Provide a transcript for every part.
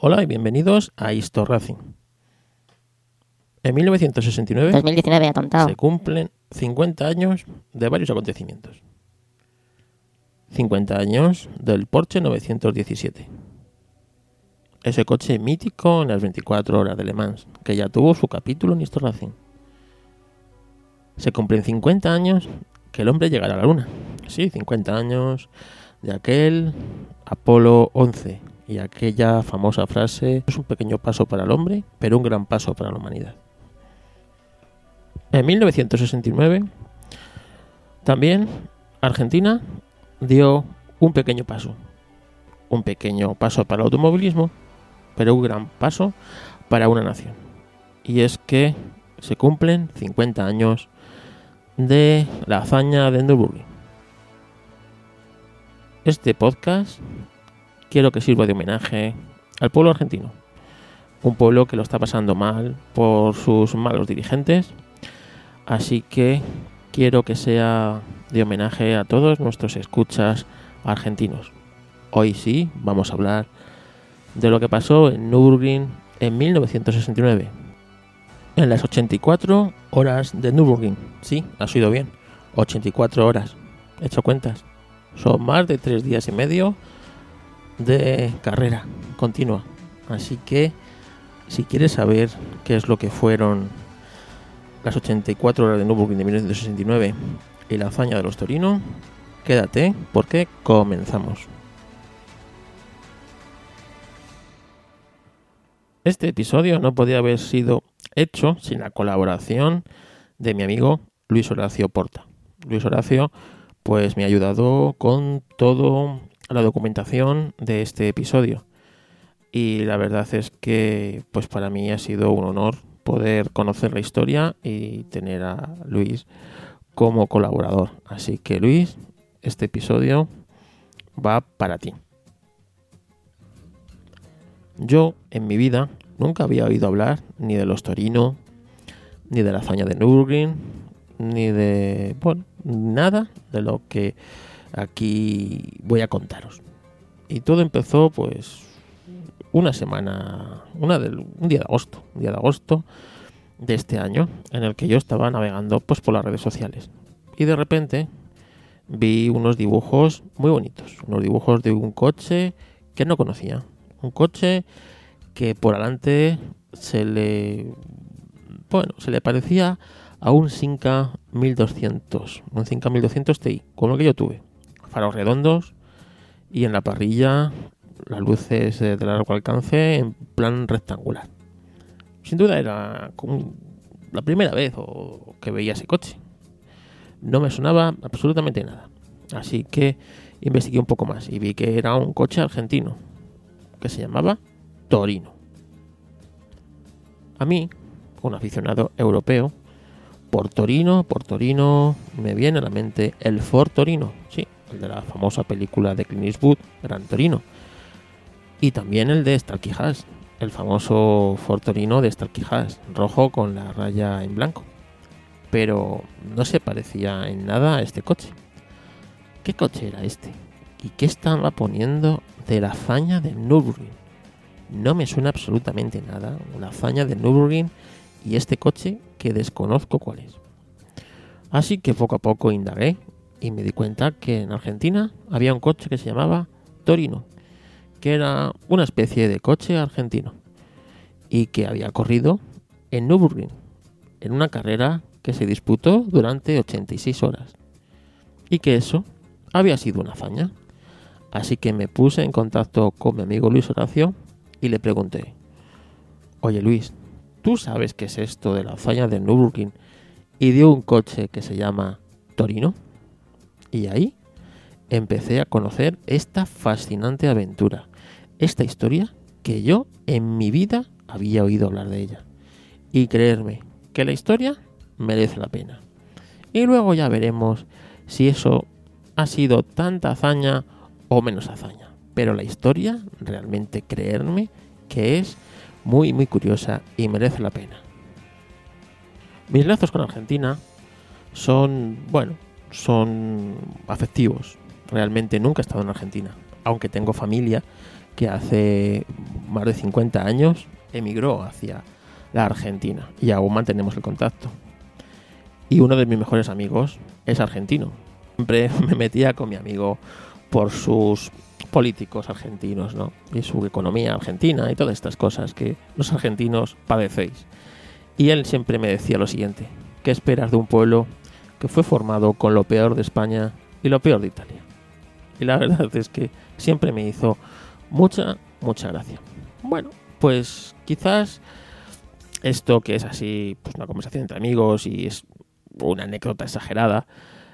Hola y bienvenidos a Histo Racing. En 1969 2019, atontado. se cumplen 50 años de varios acontecimientos. 50 años del Porsche 917. Ese coche mítico en las 24 horas de Le Mans, que ya tuvo su capítulo en Histo Racing. Se cumplen 50 años que el hombre llegara a la Luna. Sí, 50 años de aquel Apolo 11 y aquella famosa frase: es un pequeño paso para el hombre, pero un gran paso para la humanidad. En 1969 también Argentina dio un pequeño paso para el automovilismo, pero un gran paso para una nación. Y es que se cumplen 50 años de la hazaña de Nürburgring. Este podcast quiero que sirva de homenaje al pueblo argentino, un pueblo que lo está pasando mal por sus malos dirigentes, así que quiero que sea de homenaje a todos nuestros escuchas argentinos. Hoy sí vamos a hablar de lo que pasó en Nürburgring en 1969. En las 84 horas de Nürburgring. Sí, has oído bien. 84 horas. He hecho cuentas. Son más de 3 días y medio de carrera continua. Así que, si quieres saber qué es lo que fueron las 84 horas de Nürburgring de 1969 y la hazaña de los Torino, quédate porque comenzamos. Este episodio no podía haber sido hecho sin la colaboración de mi amigo Luis Horacio Porta. Luis Horacio pues me ha ayudado con toda la documentación de este episodio. Y la verdad es que pues para mí ha sido un honor poder conocer la historia y tener a Luis como colaborador. Así que Luis, este episodio va para ti. Yo, en mi vida, nunca había oído hablar ni de los Torino, ni de la hazaña de Nürburgring, ni de, nada de lo que aquí voy a contaros. Y todo empezó, pues, un día de agosto de este año, en el que yo estaba navegando, pues, por las redes sociales. Y de repente vi unos dibujos muy bonitos, unos dibujos de un coche que no conocía. Un coche que por delante se le parecía a un Simca 1200, un Simca 1200 Ti, como el que yo tuve. Faros redondos y en la parrilla las luces de largo alcance en plan rectangular. Sin duda era la primera vez que veía ese coche. No me sonaba absolutamente nada. Así que investigué un poco más y vi que era un coche argentino que se llamaba Torino. A mí, un aficionado europeo, por Torino me viene a la mente el Ford Torino, sí, el de la famosa película de Clint Eastwood, Gran Torino, y también el de Starkey Haas, el famoso Ford Torino de Starkey Haas, rojo con la raya en blanco, pero no se parecía en nada a este coche. ¿Qué coche era este? ¿Y qué estaba poniendo de la hazaña de Nürburgring? No me suena absolutamente nada la hazaña de Nürburgring y este coche que desconozco cuál es. Así que poco a poco indagué y me di cuenta que en Argentina había un coche que se llamaba Torino, que era una especie de coche argentino y que había corrido en Nürburgring, en una carrera que se disputó durante 86 horas y que eso había sido una hazaña. Así que me puse en contacto con mi amigo Luis Horacio y le pregunté: oye Luis, ¿tú sabes qué es esto de la hazaña de Nürburgring y de un coche que se llama Torino? Y ahí empecé a conocer esta fascinante aventura, esta historia que yo en mi vida había oído hablar de ella. Y creerme que la historia merece la pena. Y luego ya veremos si eso ha sido tanta hazaña o menos hazaña, pero la historia realmente, creerme, que es muy muy curiosa y merece la pena. Mis lazos con Argentina son afectivos. Realmente nunca he estado en Argentina, aunque tengo familia que hace más de 50 años emigró hacia la Argentina y aún mantenemos el contacto. Y uno de mis mejores amigos es argentino. Siempre me metía con mi amigo por sus políticos argentinos, ¿no? Y su economía argentina y todas estas cosas que los argentinos padecéis. Y él siempre me decía lo siguiente: ¿qué esperas de un pueblo que fue formado con lo peor de España y lo peor de Italia? Y la verdad es que siempre me hizo mucha gracia. Bueno, pues quizás esto, que es así, pues una conversación entre amigos y es una anécdota exagerada,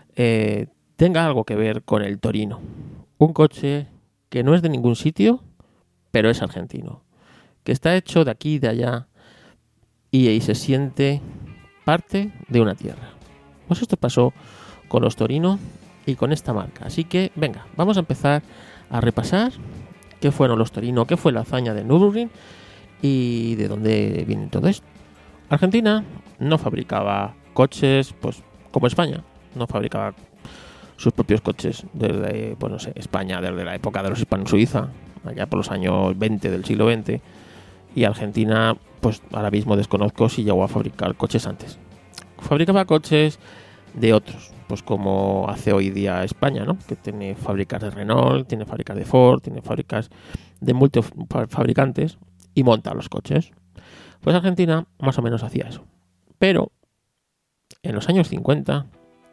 tenga algo que ver con el Torino. Un coche que no es de ningún sitio, pero es argentino. Que está hecho de aquí y de allá y se siente parte de una tierra. Pues esto pasó con los Torino y con esta marca. Así que, venga, vamos a empezar a repasar qué fueron los Torino, qué fue la hazaña de Nürburgring y de dónde viene todo esto. Argentina no fabricaba coches, pues como España, no fabricaba sus propios coches desde, pues no sé, España desde la época de los hispano-suiza, allá por los años 20 del siglo XX, y Argentina, pues ahora mismo desconozco si llegó a fabricar coches antes. Fabricaba coches de otros, pues como hace hoy día España, ¿no? Que tiene fábricas de Renault, tiene fábricas de Ford, tiene fábricas de muchos fabricantes y monta los coches. Pues Argentina más o menos hacía eso. Pero en los años 50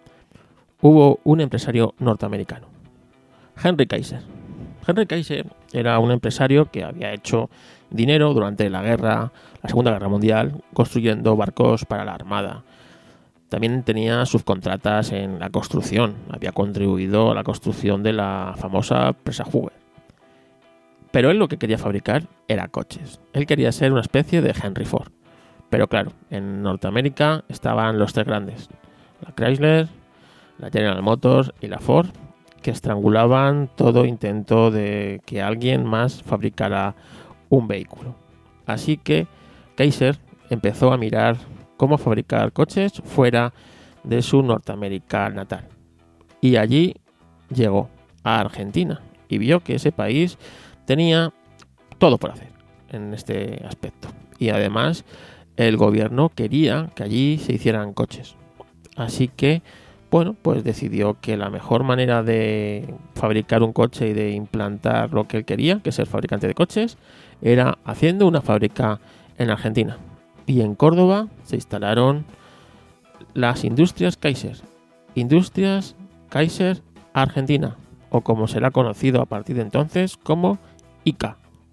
hubo un empresario norteamericano, Henry Kaiser. Henry Kaiser era un empresario que había hecho dinero durante la Segunda Guerra Mundial, construyendo barcos para la Armada. También tenía subcontratas en la construcción. Había contribuido a la construcción de la famosa presa Hoover. Pero él lo que quería fabricar era coches. Él quería ser una especie de Henry Ford. Pero claro, en Norteamérica estaban los tres grandes: la Chrysler, la General Motors y la Ford, que estrangulaban todo intento de que alguien más fabricara un vehículo. Así que Kaiser empezó a mirar cómo fabricar coches fuera de su Norteamérica natal. Y allí llegó a Argentina y vio que ese país tenía todo por hacer en este aspecto. Y además el gobierno quería que allí se hicieran coches. Así que, bueno, pues decidió que la mejor manera de fabricar un coche y de implantar lo que él quería, que es ser fabricante de coches, era haciendo una fábrica en Argentina. Y en Córdoba se instalaron las Industrias Kaiser. Industrias Kaiser Argentina, o como será conocido a partir de entonces como ICA.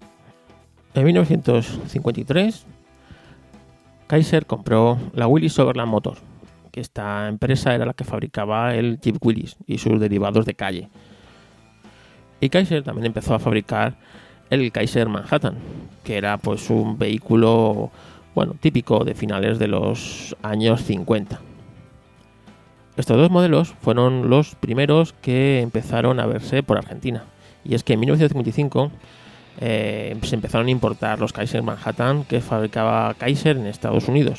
En 1953, Kaiser compró la Willys Overland Motor, que esta empresa era la que fabricaba el Jeep Willys y sus derivados de calle. Y Kaiser también empezó a fabricar el Kaiser Manhattan, que era pues un vehículo, bueno, típico de finales de los años 50. Estos dos modelos fueron los primeros que empezaron a verse por Argentina. Y es que en 1955 se empezaron a importar los Kaiser Manhattan que fabricaba Kaiser en Estados Unidos.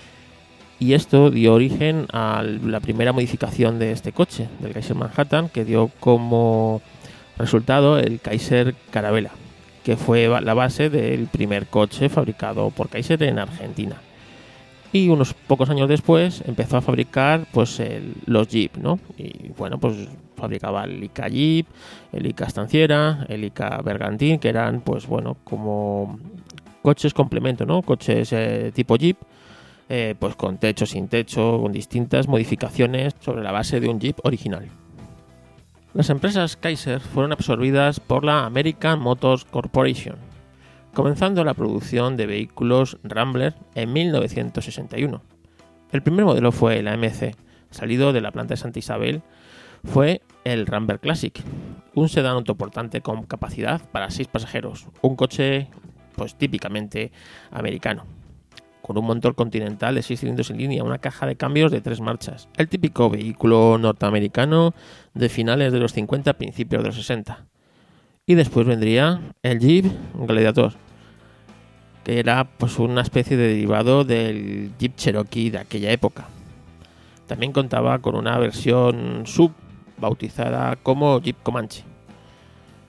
Y esto dio origen a la primera modificación de este coche, del Kaiser Manhattan, que dio como resultado el Kaiser Caravella, que fue la base del primer coche fabricado por Kaiser en Argentina. Y unos pocos años después empezó a fabricar pues los Jeep, ¿no? Y bueno, pues fabricaba el ICA Jeep, el ICA Estanciera, el ICA Bergantín, que eran pues bueno, como coches complemento, ¿no? Coches tipo Jeep, pues con techo, sin techo, con distintas modificaciones sobre la base de un Jeep original. Las empresas Kaiser fueron absorbidas por la American Motors Corporation, comenzando la producción de vehículos Rambler en 1961. El primer modelo fue el AMC, salido de la planta de Santa Isabel, fue el Rambler Classic, un sedán autoportante con capacidad para 6 pasajeros, un coche pues típicamente americano, con un motor continental de 6 cilindros en línea, una caja de cambios de 3 marchas, el típico vehículo norteamericano de finales de los 50, principios de los 60. Y después vendría el Jeep Gladiator, que era pues una especie de derivado del Jeep Cherokee de aquella época. También contaba con una versión sub bautizada como Jeep Comanche.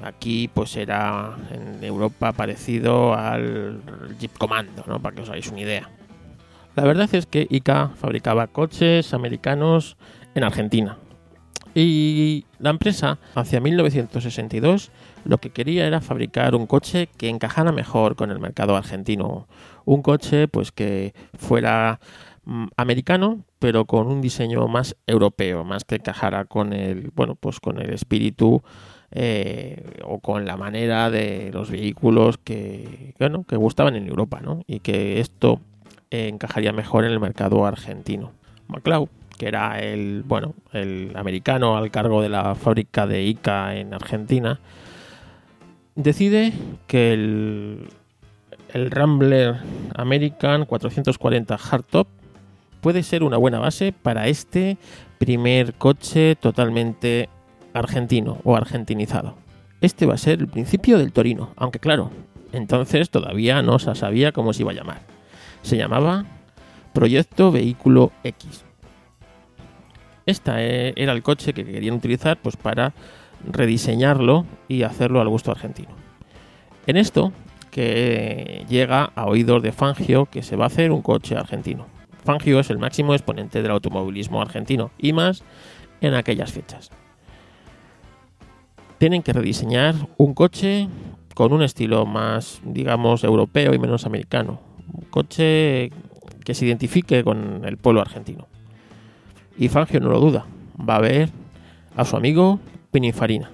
Aquí pues era en Europa parecido al Jeep Commando, ¿no? Para que os hagáis una idea. La verdad es que ICA fabricaba coches americanos en Argentina. Y la empresa, hacia 1962, lo que quería era fabricar un coche que encajara mejor con el mercado argentino. Un coche pues que fuera americano, pero con un diseño más europeo, más que encajara con el, bueno, pues con el espíritu o con la manera de los vehículos que gustaban en Europa, ¿no? Y que esto encajaría mejor en el mercado argentino. McLeod, que era el americano al cargo de la fábrica de ICA en Argentina, decide que el Rambler American 440 Hardtop puede ser una buena base para este primer coche totalmente argentino o argentinizado. Este va a ser el principio del Torino, aunque claro, entonces todavía no se sabía cómo se iba a llamar. Se llamaba Proyecto Vehículo X. Este era el coche que querían utilizar pues para rediseñarlo y hacerlo al gusto argentino. En esto que llega a oídos de Fangio que se va a hacer un coche argentino. Fangio es el máximo exponente del automovilismo argentino y más en aquellas fechas. Tienen que rediseñar un coche con un estilo más, digamos, europeo y menos americano. Un coche que se identifique con el pueblo argentino. Y Fangio no lo duda, va a ver a su amigo Pininfarina.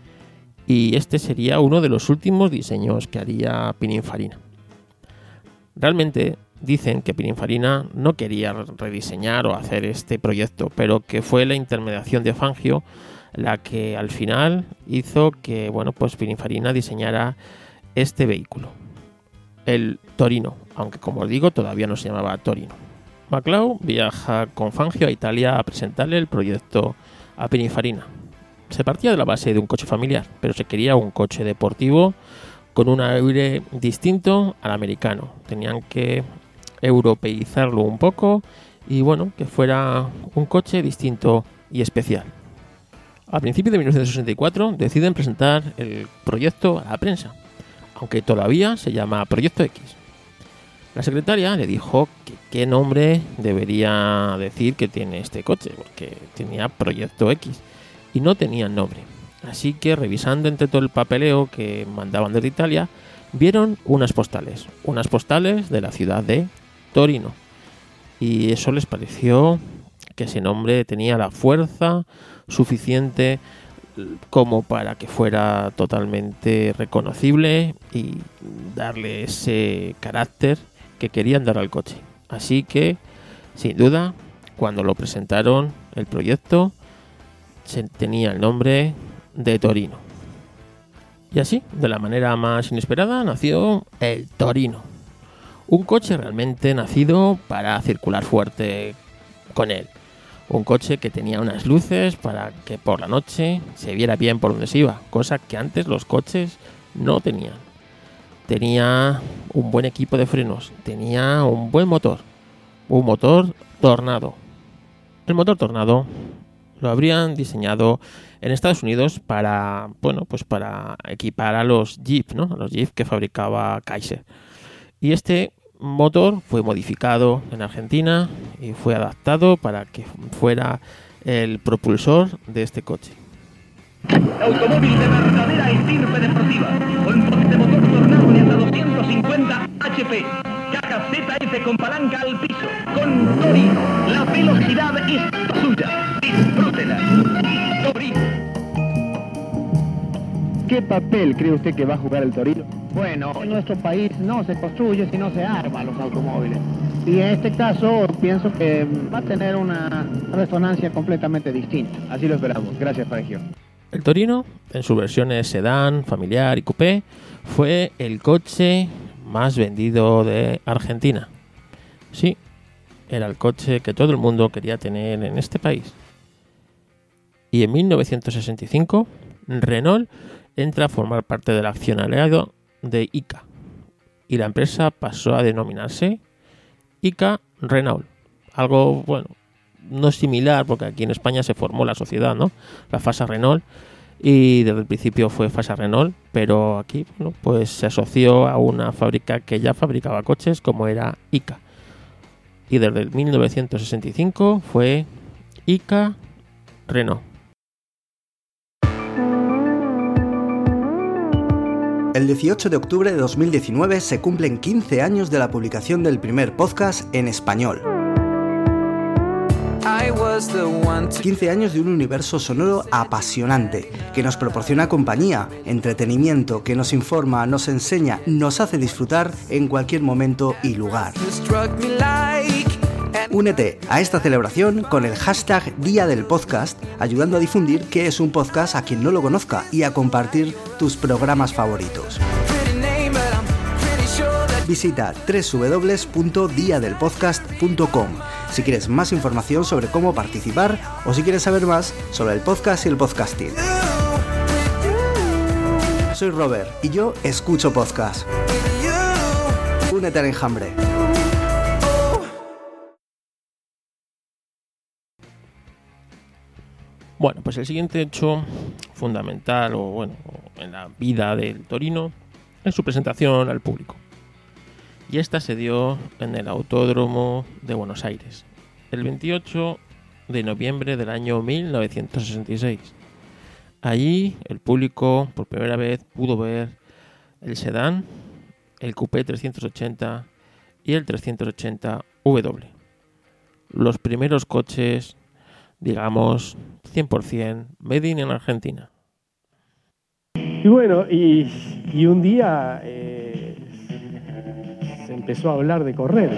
Y este sería uno de los últimos diseños que haría Pininfarina. Realmente dicen que Pininfarina no quería rediseñar o hacer este proyecto, pero que fue la intermediación de Fangio la que al final hizo que Pininfarina diseñara este vehículo, el Torino, aunque como os digo todavía no se llamaba Torino. McLeod viaja con Fangio a Italia a presentarle el proyecto a Pininfarina. Se partía de la base de un coche familiar, pero se quería un coche deportivo con un aire distinto al americano. Tenían que europeizarlo un poco y que fuera un coche distinto y especial. A principios de 1964 deciden presentar el proyecto a la prensa, aunque todavía se llama Proyecto X. La secretaria le dijo que qué nombre debería decir que tiene este coche, porque tenía Proyecto X y no tenía nombre. Así que revisando entre todo el papeleo que mandaban desde Italia, vieron unas postales de la ciudad de Torino. Y eso les pareció que ese nombre tenía la fuerza suficiente como para que fuera totalmente reconocible y darle ese carácter que querían dar al coche. Así que, sin duda, cuando lo presentaron el proyecto, tenía el nombre de Torino. Y así, de la manera más inesperada, nació el Torino. Un coche realmente nacido para circular fuerte con él. Un coche que tenía unas luces para que por la noche se viera bien por donde se iba, cosa que antes los coches no tenían. Tenía un buen equipo de frenos, tenía un buen motor, un motor Tornado. El motor Tornado lo habrían diseñado en Estados Unidos para equipar a los Jeep, ¿no? A los Jeep que fabricaba Kaiser. Y este motor fue modificado en Argentina y fue adaptado para que fuera el propulsor de este coche. Automóvil de verdadera estirpe deportiva, con potente motor Tornado de hasta 250 HP, caja ZF con palanca al piso, con Torino, la velocidad es suya, disfrútela. Torino. ¿Qué papel cree usted que va a jugar el Torino? Bueno, en nuestro país no se construye, sino se arma los automóviles. Y en este caso pienso que va a tener una resonancia completamente distinta. Así lo esperamos. Gracias, Fangio. El Torino, en sus versiones sedán, familiar y coupé, fue el coche más vendido de Argentina. Sí, era el coche que todo el mundo quería tener en este país. Y en 1965, Renault entra a formar parte del accionariado de ICA y la empresa pasó a denominarse ICA Renault. Algo, no similar, porque aquí en España se formó la sociedad, ¿no? La FASA Renault, y desde el principio fue Fasa Renault, pero aquí bueno, pues se asoció a una fábrica que ya fabricaba coches como era ICA. Y desde el 1965 fue ICA Renault. El 18 de octubre de 2019 se cumplen 15 años de la publicación del primer podcast en español. 15 años de un universo sonoro apasionante, que nos proporciona compañía, entretenimiento, que nos informa, nos enseña, nos hace disfrutar en cualquier momento y lugar. Únete a esta celebración con el hashtag Día del Podcast, ayudando a difundir qué es un podcast a quien no lo conozca y a compartir tus programas favoritos. Visita www.diadelpodcast.com si quieres más información sobre cómo participar o si quieres saber más sobre el podcast y el podcasting. Soy Robert y yo escucho podcast. Únete al enjambre. Bueno, pues el siguiente hecho fundamental en la vida del Torino es su presentación al público. Y esta se dio en el Autódromo de Buenos Aires, el 28 de noviembre del año 1966. Allí el público por primera vez pudo ver el sedán, el coupé 380 y el 380W. Los primeros coches, digamos, 100% made in Argentina. Y bueno, y un día se empezó a hablar de correr.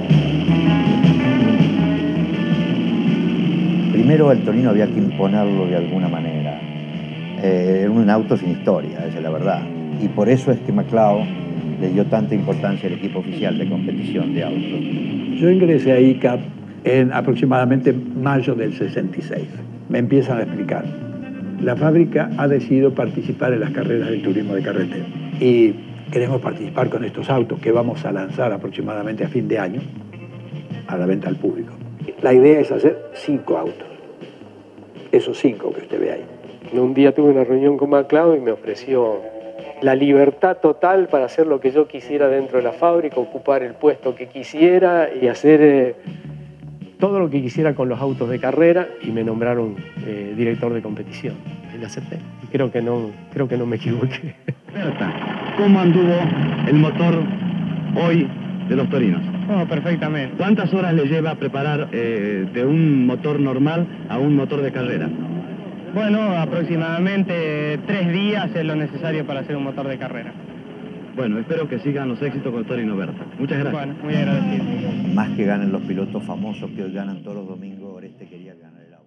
Primero el Torino había que imponerlo de alguna manera. Era un auto sin historia, esa es la verdad. Y por eso es que McLeod le dio tanta importancia al equipo oficial de competición de autos. Yo ingresé a ICA en aproximadamente mayo del 66. Me empiezan a explicar. La fábrica ha decidido participar en las carreras del turismo de carretera. Y queremos participar con estos autos que vamos a lanzar aproximadamente a fin de año a la venta al público. La idea es hacer 5 autos. Esos 5 que usted ve ahí. Un día tuve una reunión con McLeod y me ofreció la libertad total para hacer lo que yo quisiera dentro de la fábrica, ocupar el puesto que quisiera y hacer todo lo que quisiera con los autos de carrera, y me nombraron director de competición. Y lo acepté. Y creo que no me equivoqué. ¿Cómo anduvo el motor hoy de los torinos? Oh, perfectamente. ¿Cuántas horas le lleva a preparar de un motor normal a un motor de carrera? Bueno, aproximadamente 3 días es lo necesario para hacer un motor de carrera. Bueno, espero que sigan los éxitos con Torino Berta. Muchas gracias. Bueno, muy agradecido. Más que ganen los pilotos famosos que hoy ganan todos los domingos, Oreste quería ganar el auto.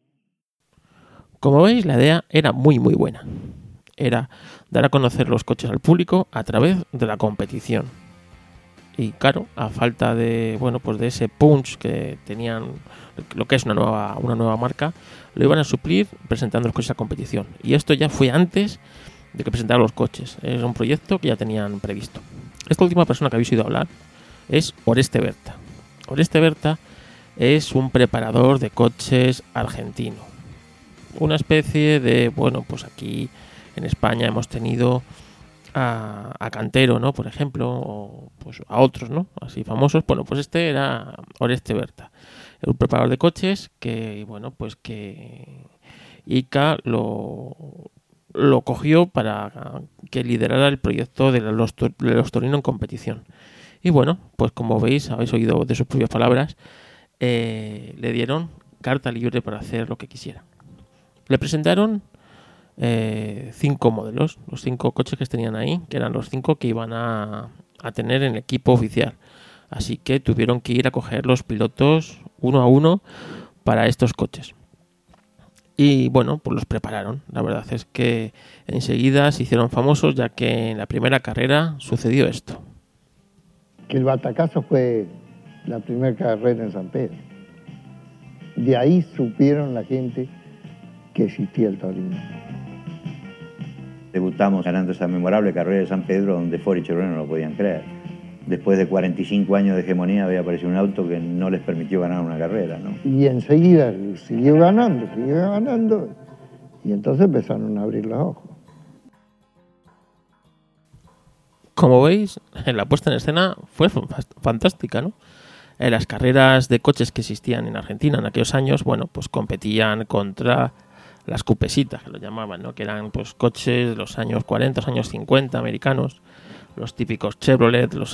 Como veis, la idea era muy buena. Era dar a conocer los coches al público a través de la competición. Y claro, a falta de de ese punch que tenían, lo que es una nueva marca, lo iban a suplir presentando los coches a competición. Y esto ya fue antes de que presentaran los coches. Es un proyecto que ya tenían previsto. Esta última persona que habéis oído hablar es Oreste Berta. Oreste Berta es un preparador de coches argentino. Una especie de, pues aquí en España hemos tenido a Cantero, ¿no? Por ejemplo, o pues a otros, ¿no? Así famosos. Bueno, pues este era Oreste Berta. Era un preparador de coches que, que ICA lo cogió para que liderara el proyecto de los Torino en competición. Y bueno, pues como veis, habéis oído de sus propias palabras, le dieron carta libre para hacer lo que quisiera. Le presentaron 5 modelos, los 5 coches que tenían ahí, que eran los 5 que iban a tener en el equipo oficial. Así que tuvieron que ir a coger los pilotos uno a uno para estos coches. Y bueno, pues los prepararon. La verdad es que enseguida se hicieron famosos, ya que en la primera carrera sucedió esto. Que el batacazo fue la primera carrera en San Pedro. De ahí supieron la gente que existía el Torino. Debutamos ganando esa memorable carrera de San Pedro, donde Ford y Chevrolet no lo podían creer. Después de 45 años de hegemonía había aparecido un auto que no les permitió ganar una carrera, ¿no? Y enseguida siguió ganando. Y entonces empezaron a abrir los ojos. Como veis, la puesta en escena fue fantástica, ¿no? En las carreras de coches que existían en Argentina en aquellos años, bueno, pues competían contra las cupesitas, que lo llamaban, ¿no? Que eran pues coches de los años 40, los años 50 americanos, los típicos Chevrolet, los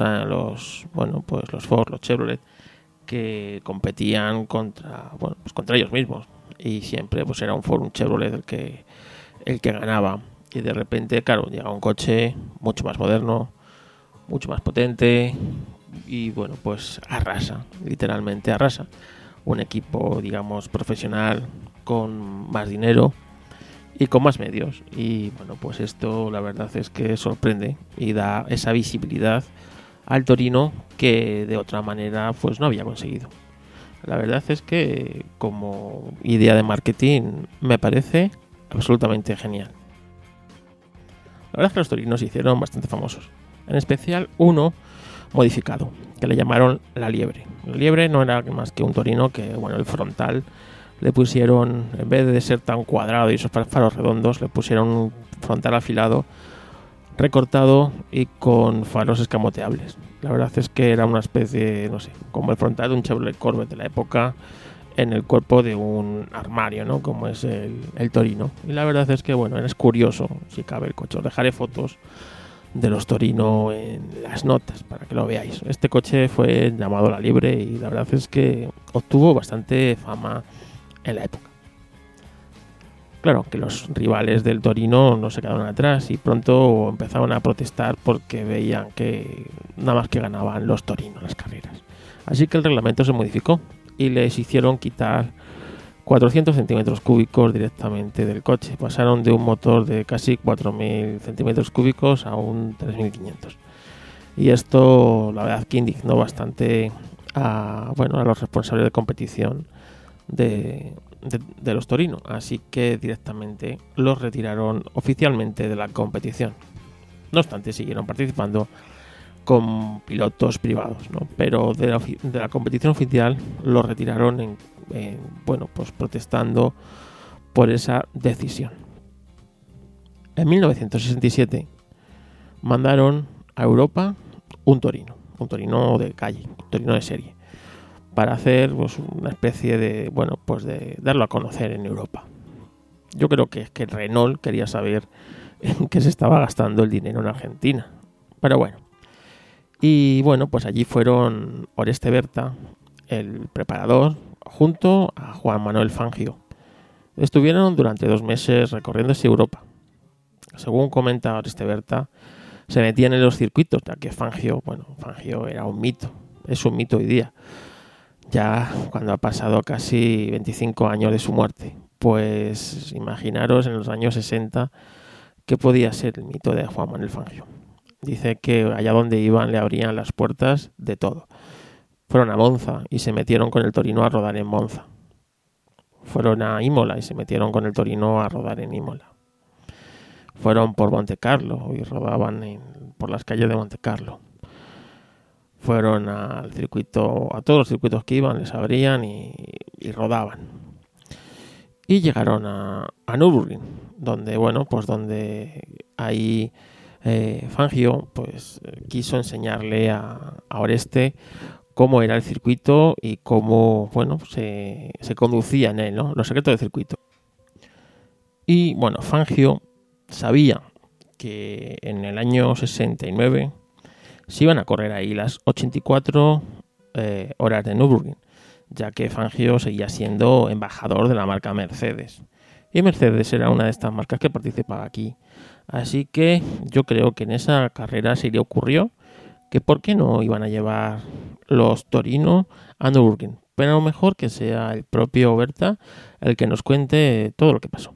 Ford, los Chevrolet, que competían contra ellos mismos, y siempre pues era un Ford, un Chevrolet el que ganaba. Y de repente, claro, llega un coche mucho más moderno, mucho más potente, y bueno, pues arrasa, literalmente arrasa. Un equipo, digamos, profesional, con más dinero y con más medios. Y bueno, pues esto la verdad es que sorprende y da esa visibilidad al Torino que de otra manera pues no había conseguido. La verdad es que como idea de marketing me parece absolutamente genial. La verdad es que los torinos se hicieron bastante famosos, en especial uno modificado, que le llamaron la Liebre. La Liebre no era más que un torino que, bueno, el frontal le pusieron, en vez de ser tan cuadrado y esos faros redondos, le pusieron un frontal afilado, recortado y con faros escamoteables. La verdad es que era una especie, no sé, como el frontal de un Chevrolet Corvette de la época en el cuerpo de un armario, ¿no? Como es el Torino. Y la verdad es que, bueno, es curioso, si cabe el coche. Os dejaré fotos de los Torino en las notas para que lo veáis. Este coche fue llamado la Liebre y la verdad es que obtuvo bastante fama en la época. Claro que los rivales del Torino no se quedaron atrás y pronto empezaron a protestar porque veían que nada más que ganaban los Torino las carreras. Así que el reglamento se modificó y les hicieron quitar 400 centímetros cúbicos directamente del coche. Pasaron de un motor de casi 4.000 centímetros cúbicos a un 3.500. Y esto, la verdad, que indignó bastante a los responsables de competición de los Torino. Así que directamente los retiraron oficialmente de la competición. No obstante, siguieron participando con pilotos privados, ¿no? Pero de la competición oficial los retiraron pues protestando por esa decisión. En 1967 mandaron a Europa un Torino de calle, un Torino de serie, para hacer pues una especie de, de darlo a conocer en Europa. Yo creo que es que Renault quería saber en qué se estaba gastando el dinero en Argentina. Pero bueno. Y bueno, pues allí fueron Oreste Berta, el preparador, junto a Juan Manuel Fangio. Estuvieron durante 2 meses recorriéndose Europa. Según comenta Oreste Berta, se metían en los circuitos, ya que Fangio era un mito, es un mito hoy día, ya cuando ha pasado casi 25 años de su muerte. Pues imaginaros en los años 60 qué podía ser el mito de Juan Manuel Fangio. Dice que allá donde iban le abrían las puertas de todo. Fueron a Monza y se metieron con el Torino a rodar en Monza. Fueron a Imola y se metieron con el Torino a rodar en Imola. Fueron por Monte Carlo y rodaban por las calles de Monte Carlo. Fueron al circuito, a todos los circuitos que iban, les abrían y rodaban. Y llegaron a Nürburgring, donde, donde ahí Fangio quiso enseñarle a Oreste cómo era el circuito y cómo se conducía en él, ¿no? Los secretos del circuito. Y Fangio sabía que en el año 69 se iban a correr ahí las 84 horas de Nürburgring, ya que Fangio seguía siendo embajador de la marca Mercedes. Y Mercedes era una de estas marcas que participaba aquí. Así que yo creo que en esa carrera se le ocurrió que por qué no iban a llevar los Torino a Nürburgring. Pero a lo mejor que sea el propio Berta el que nos cuente todo lo que pasó.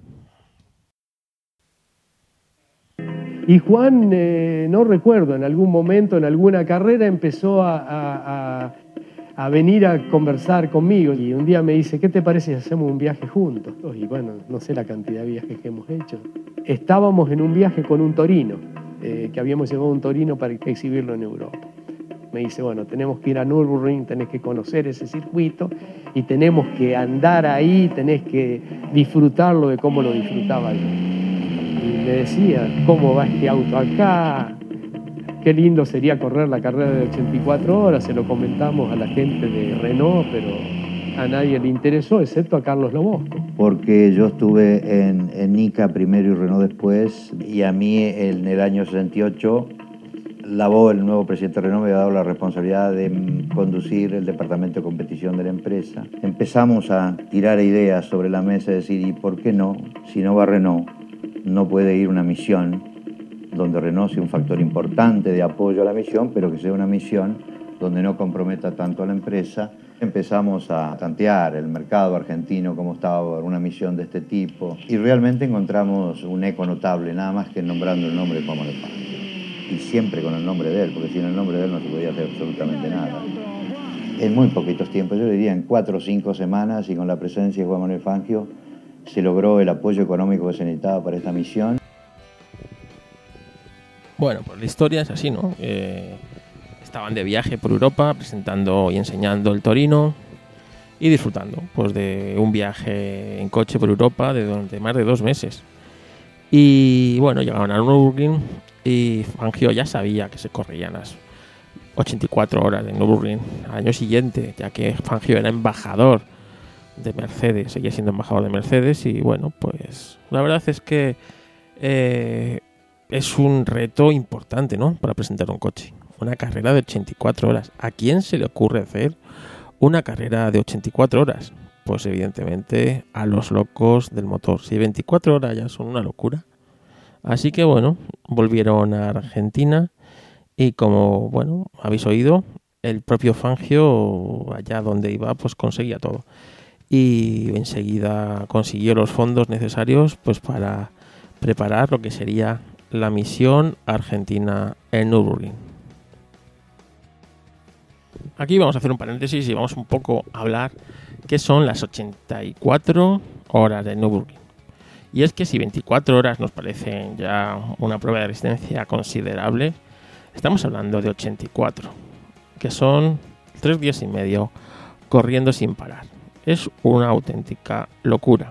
Y Juan, no recuerdo, en algún momento, en alguna carrera, empezó a venir a conversar conmigo. Y un día me dice, ¿qué te parece si hacemos un viaje juntos? Y bueno, no sé la cantidad de viajes que hemos hecho. Estábamos en un viaje con un Torino, que habíamos llevado un Torino para exhibirlo en Europa. Me dice, bueno, tenemos que ir a Nürburgring, tenés que conocer ese circuito y tenemos que andar ahí, tenés que disfrutarlo de cómo lo disfrutaba yo. Y me decía, ¿cómo va este auto acá? Qué lindo sería correr la carrera de 84 horas, se lo comentamos a la gente de Renault, pero a nadie le interesó, excepto a Carlos Lomosco. Porque yo estuve en NICA primero y Renault después, y a mí en el año 68, el nuevo presidente de Renault me había dado la responsabilidad de conducir el departamento de competición de la empresa. Empezamos a tirar ideas sobre la mesa y decir, ¿y por qué no? Si no va Renault, no puede ir una misión donde Renault sea un factor importante de apoyo a la misión, pero que sea una misión donde no comprometa tanto a la empresa. Empezamos a tantear el mercado argentino, cómo estaba una misión de este tipo, y realmente encontramos un eco notable, nada más que nombrando el nombre de Juan Manuel Fangio. Y siempre con el nombre de él, porque sin el nombre de él no se podía hacer absolutamente nada. En muy poquitos tiempos, yo diría en 4 o 5 semanas, y con la presencia de Juan Manuel Fangio, se logró el apoyo económico que se necesitaba para esta misión. Bueno, pues la historia es así, ¿no? Estaban de viaje por Europa presentando y enseñando el Torino y disfrutando pues de un viaje en coche por Europa de más de 2 meses. Y bueno, llegaron a Nürburgring y Fangio ya sabía que se corrían las 84 horas de Nürburgring al año siguiente, ya que Fangio era embajador de Mercedes, seguía siendo embajador de Mercedes. Y bueno, pues la verdad es que es un reto importante, ¿no?, para presentar un coche. Una carrera de 84 horas. ¿A quién se le ocurre hacer una carrera de 84 horas? Pues evidentemente a los locos del motor. Si 24 horas ya son una locura. Así que bueno, volvieron a Argentina y como, bueno, habéis oído, el propio Fangio, allá donde iba, pues conseguía todo. Y enseguida consiguió los fondos necesarios pues para preparar lo que sería la misión argentina en Nürburgring. Aquí vamos a hacer un paréntesis y vamos un poco a hablar qué son las 84 horas de Nürburgring. Y es que si 24 horas nos parecen ya una prueba de resistencia considerable, estamos hablando de 84, que son 3 días y medio corriendo sin parar. Es una auténtica locura.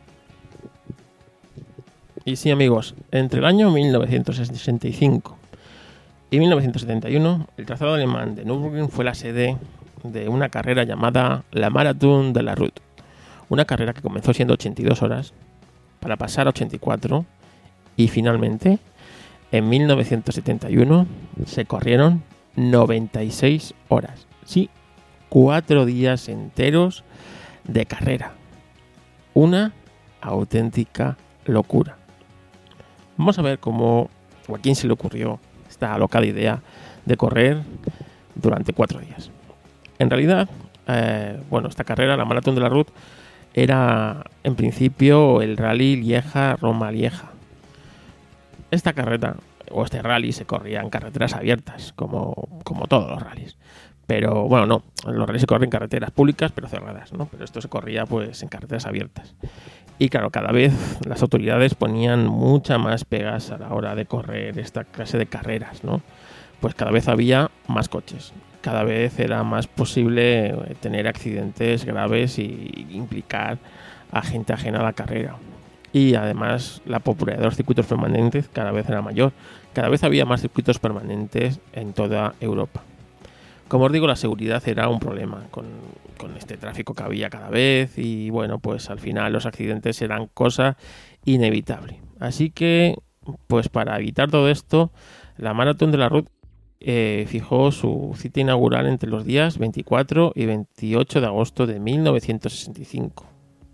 Y sí, amigos, entre el año 1965 y 1971, el trazado alemán de Nürburgring fue la sede de una carrera llamada la Marathon de la Route. Una carrera que comenzó siendo 82 horas para pasar a 84 y finalmente en 1971 se corrieron 96 horas. Sí, 4 días enteros de carrera. Una auténtica locura. Vamos a ver cómo o a quién se le ocurrió esta alocada idea de correr durante 4 días. En realidad, esta carrera, la Maratón de la Route, era en principio el rally Lieja-Roma-Lieja. Esta carrera o este rally se corría en carreteras abiertas, como todos los rallies. Pero bueno, no, los rallies se corren en carreteras públicas pero cerradas, ¿no? Pero esto se corría pues en carreteras abiertas. Y claro, cada vez las autoridades ponían mucha más pegas a la hora de correr esta clase de carreras, ¿no? Pues cada vez había más coches, cada vez era más posible tener accidentes graves y implicar a gente ajena a la carrera. Y además la popularidad de los circuitos permanentes cada vez era mayor, cada vez había más circuitos permanentes en toda Europa. Como os digo, la seguridad era un problema con este tráfico que había cada vez y bueno, pues al final los accidentes eran cosa inevitable. Así que, pues para evitar todo esto, la Maratón de la Route fijó su cita inaugural entre los días 24 y 28 de agosto de 1965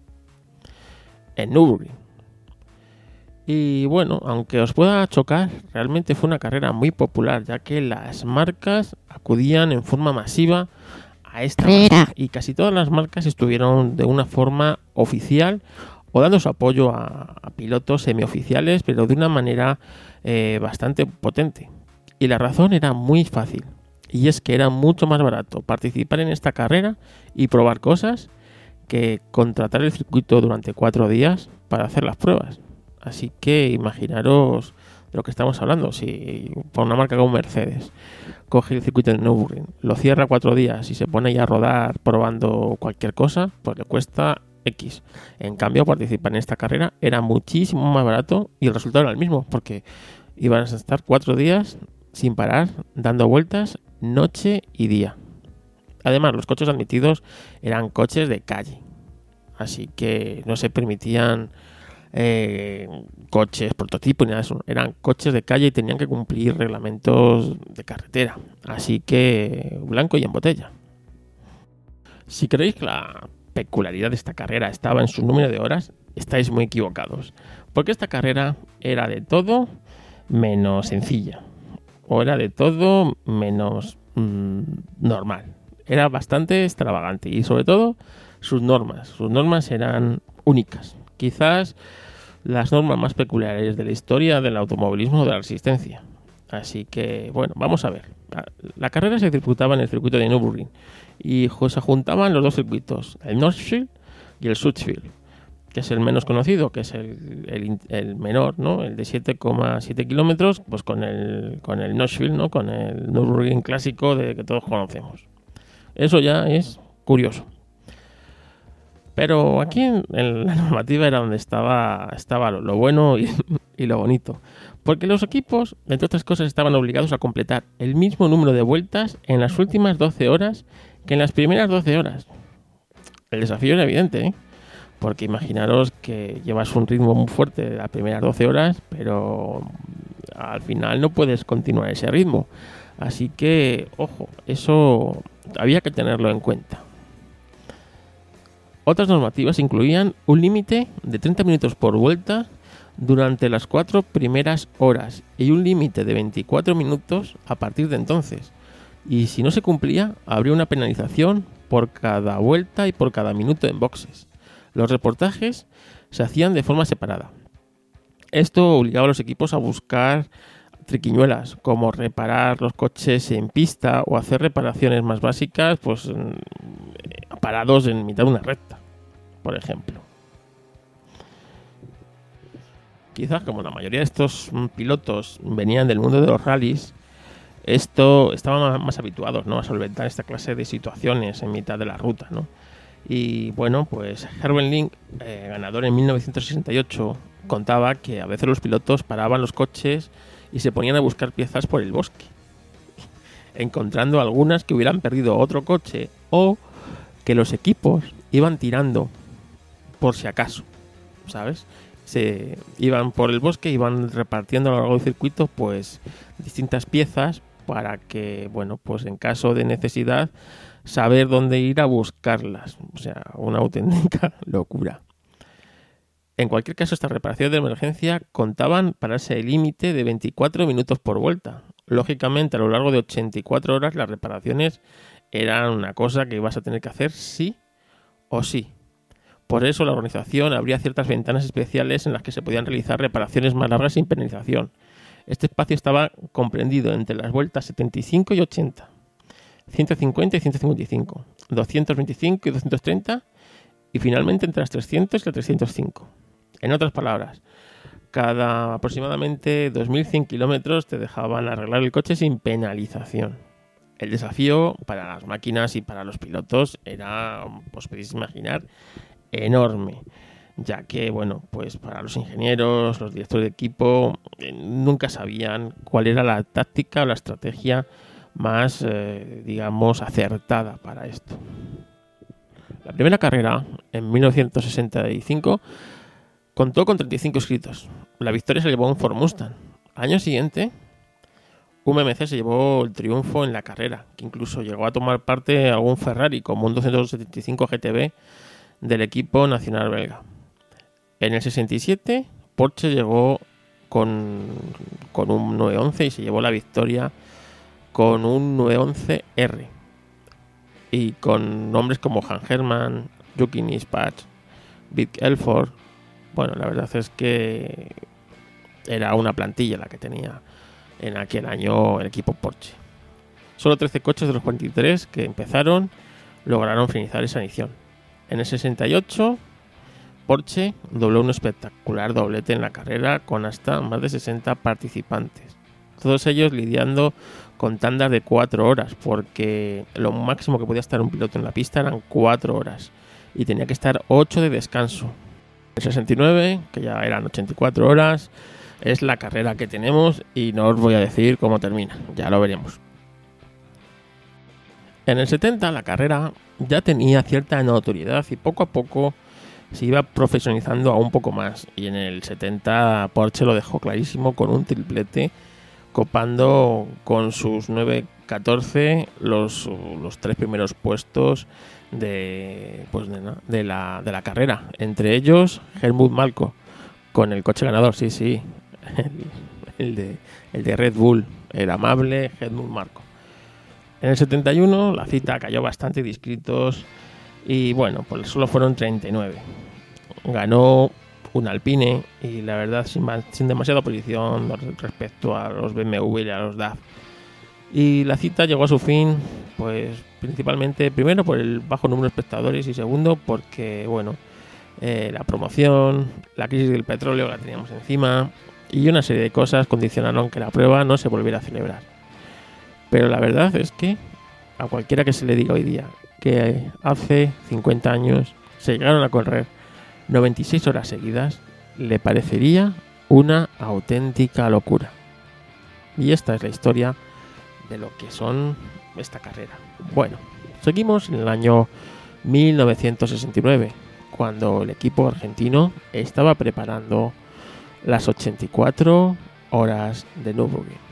en Nürburgring. Y bueno, aunque os pueda chocar, realmente fue una carrera muy popular, ya que las marcas acudían en forma masiva a esta carrera y casi todas las marcas estuvieron de una forma oficial o dando su apoyo a pilotos semioficiales, pero de una manera bastante potente. Y la razón era muy fácil, y es que era mucho más barato participar en esta carrera y probar cosas que contratar el circuito durante 4 días para hacer las pruebas. Así que imaginaros de lo que estamos hablando. Si por una marca como Mercedes coge el circuito de Nürburgring, lo cierra 4 días y se pone ya a rodar probando cualquier cosa, pues le cuesta X. En cambio, participar en esta carrera era muchísimo más barato y el resultado era el mismo, porque iban a estar 4 días sin parar, dando vueltas noche y día. Además, los coches admitidos eran coches de calle, así que no se permitían coches prototipo ni nada de eso. Eran coches de calle y tenían que cumplir reglamentos de carretera, así que blanco y en botella. Si creéis que la peculiaridad de esta carrera estaba en su número de horas, estáis muy equivocados, porque esta carrera era de todo menos sencilla, o era de todo menos normal. Era bastante extravagante y sobre todo sus normas eran únicas, quizás las normas más peculiares de la historia del automovilismo o de la resistencia. Así que, bueno, vamos a ver. La carrera se disputaba en el circuito de Nürburgring y se juntaban los dos circuitos, el Nordschleife y el Südschleife, que es el menos conocido, que es el menor, ¿no? El de 7,7 kilómetros, pues con el Nordschleife, ¿no? Con el Nürburgring clásico que todos conocemos. Eso ya es curioso. Pero aquí en la normativa era donde estaba lo bueno y lo bonito. Porque los equipos, entre otras cosas, estaban obligados a completar el mismo número de vueltas en las últimas 12 horas que en las primeras 12 horas. El desafío era evidente, ¿eh? Porque imaginaros que llevas un ritmo muy fuerte de las primeras 12 horas, pero al final no puedes continuar ese ritmo. Así que, ojo, eso había que tenerlo en cuenta. Otras normativas incluían un límite de 30 minutos por vuelta durante las 4 primeras horas y un límite de 24 minutos a partir de entonces. Y si no se cumplía, habría una penalización por cada vuelta y por cada minuto en boxes. Los reportajes se hacían de forma separada. Esto obligaba a los equipos a buscar triquiñuelas, como reparar los coches en pista o hacer reparaciones más básicas, pues parados en mitad de una recta, por ejemplo. Quizás como la mayoría de estos pilotos venían del mundo de los rallies, estaban más habituados, ¿no?, a solventar esta clase de situaciones en mitad de la ruta, ¿no? Y bueno, pues Herbert Link, ganador en 1968, contaba que a veces los pilotos paraban los coches y se ponían a buscar piezas por el bosque, encontrando algunas que hubieran perdido otro coche o que los equipos iban tirando por si acaso, ¿sabes? Se iban por el bosque, iban repartiendo a lo largo del circuito pues distintas piezas para que, bueno, pues en caso de necesidad saber dónde ir a buscarlas. O sea, una auténtica locura. En cualquier caso, estas reparaciones de emergencia contaban para ese límite de 24 minutos por vuelta. Lógicamente, a lo largo de 84 horas, las reparaciones eran una cosa que ibas a tener que hacer sí o sí. Por eso, la organización abría ciertas ventanas especiales en las que se podían realizar reparaciones más largas sin penalización. Este espacio estaba comprendido entre las vueltas 75 y 80, 150 y 155, 225 y 230 y finalmente entre las 300 y las 305. En otras palabras, cada aproximadamente 2.100 kilómetros te dejaban arreglar el coche sin penalización. El desafío para las máquinas y para los pilotos era, os podéis imaginar, enorme, ya que, bueno, pues para los ingenieros, los directores de equipo, nunca sabían cuál era la táctica o la estrategia más, digamos, acertada para esto. La primera carrera, en 1965, contó con 35 inscritos. La victoria se llevó un Ford Mustang. Al año siguiente, un MMC se llevó el triunfo en la carrera, que incluso llegó a tomar parte algún Ferrari, como un 275 GTB del equipo nacional belga. En el 67, Porsche llegó con un 911 y se llevó la victoria con un 911R. Y con nombres como Han Hermann, Yuki Nispach, Vic Elford. Bueno, la verdad es que era una plantilla la que tenía en aquel año el equipo Porsche. Solo 13 coches de los 43 que empezaron lograron finalizar esa edición. En el 68, Porsche dobló un espectacular doblete en la carrera con hasta más de 60 participantes. Todos ellos lidiando con tandas de 4 horas, porque lo máximo que podía estar un piloto en la pista eran 4 horas y tenía que estar 8 de descanso. El 69, que ya eran 84 horas, es la carrera que tenemos y no os voy a decir cómo termina, ya lo veremos. En el 70 la carrera ya tenía cierta notoriedad y poco a poco se iba profesionalizando aún poco más, y en el 70 Porsche lo dejó clarísimo con un triplete, copando con sus 9-14 los 3 primeros puestos de la carrera, entre ellos Helmut Marko con el coche ganador, sí, el de Red Bull, el amable Helmut Marko. En el 71 la cita cayó bastante discretos y bueno, pues solo fueron 39. Ganó un Alpine y la verdad sin demasiada oposición respecto a los BMW y a los DAF. Y la cita llegó a su fin, pues principalmente, primero por el bajo número de espectadores y segundo porque, bueno, la promoción, la crisis del petróleo que la teníamos encima y una serie de cosas condicionaron que la prueba no se volviera a celebrar. Pero la verdad es que a cualquiera que se le diga hoy día que hace 50 años se llegaron a correr 96 horas seguidas, le parecería una auténtica locura. Y esta es la historia de lo que son esta carrera. Bueno, seguimos en el año 1969, cuando el equipo argentino estaba preparando las 84 horas de Nürburgring.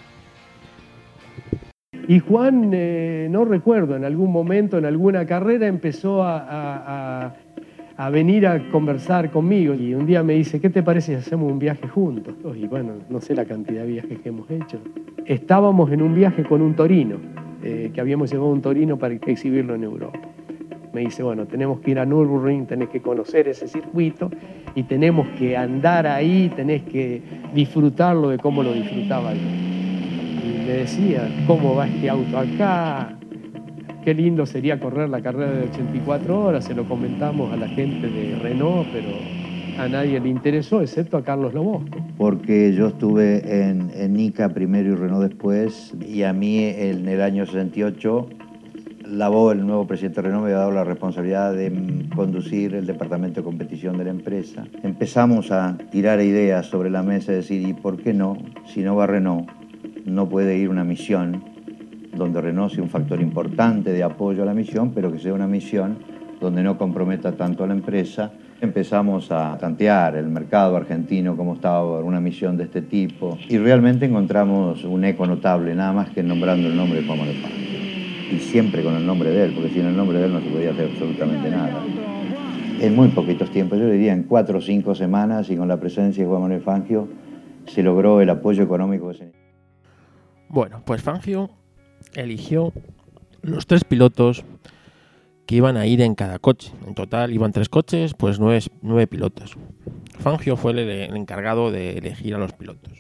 Y Juan, no recuerdo, en algún momento, en alguna carrera, empezó a venir a conversar conmigo. Y un día me dice, ¿qué te parece si hacemos un viaje juntos? Y bueno, no sé la cantidad de viajes que hemos hecho. Estábamos en un viaje con un Torino, que habíamos llevado un Torino para exhibirlo en Europa. Me dice, bueno, tenemos que ir a Nürburgring, tenés que conocer ese circuito y tenemos que andar ahí, tenés que disfrutarlo de cómo lo disfrutaba yo. Y me decía, ¿cómo va este auto acá? Qué lindo sería correr la carrera de 84 horas. Se lo comentamos a la gente de Renault, pero a nadie le interesó, excepto a Carlos Lobosco. Porque yo estuve en NICA primero y Renault después, y a mí en el año 68, el nuevo presidente de Renault me había dado la responsabilidad de conducir el departamento de competición de la empresa. Empezamos a tirar ideas sobre la mesa y decir, ¿y por qué no? Si no va Renault, no puede ir una misión donde Renault sea un factor importante de apoyo a la misión, pero que sea una misión donde no comprometa tanto a la empresa. Empezamos a tantear el mercado argentino, cómo estaba una misión de este tipo, y realmente encontramos un eco notable, nada más que nombrando el nombre de Juan Manuel Fangio. Y siempre con el nombre de él, porque sin el nombre de él no se podía hacer absolutamente nada. En muy poquitos tiempos, yo diría en 4 o 5 semanas, y con la presencia de Juan Manuel Fangio, se logró el apoyo económico que se necesitaba. Bueno, pues Fangio eligió los 3 pilotos que iban a ir en cada coche. En total iban 3 coches, pues 9 pilotos. Fangio fue el encargado de elegir a los pilotos.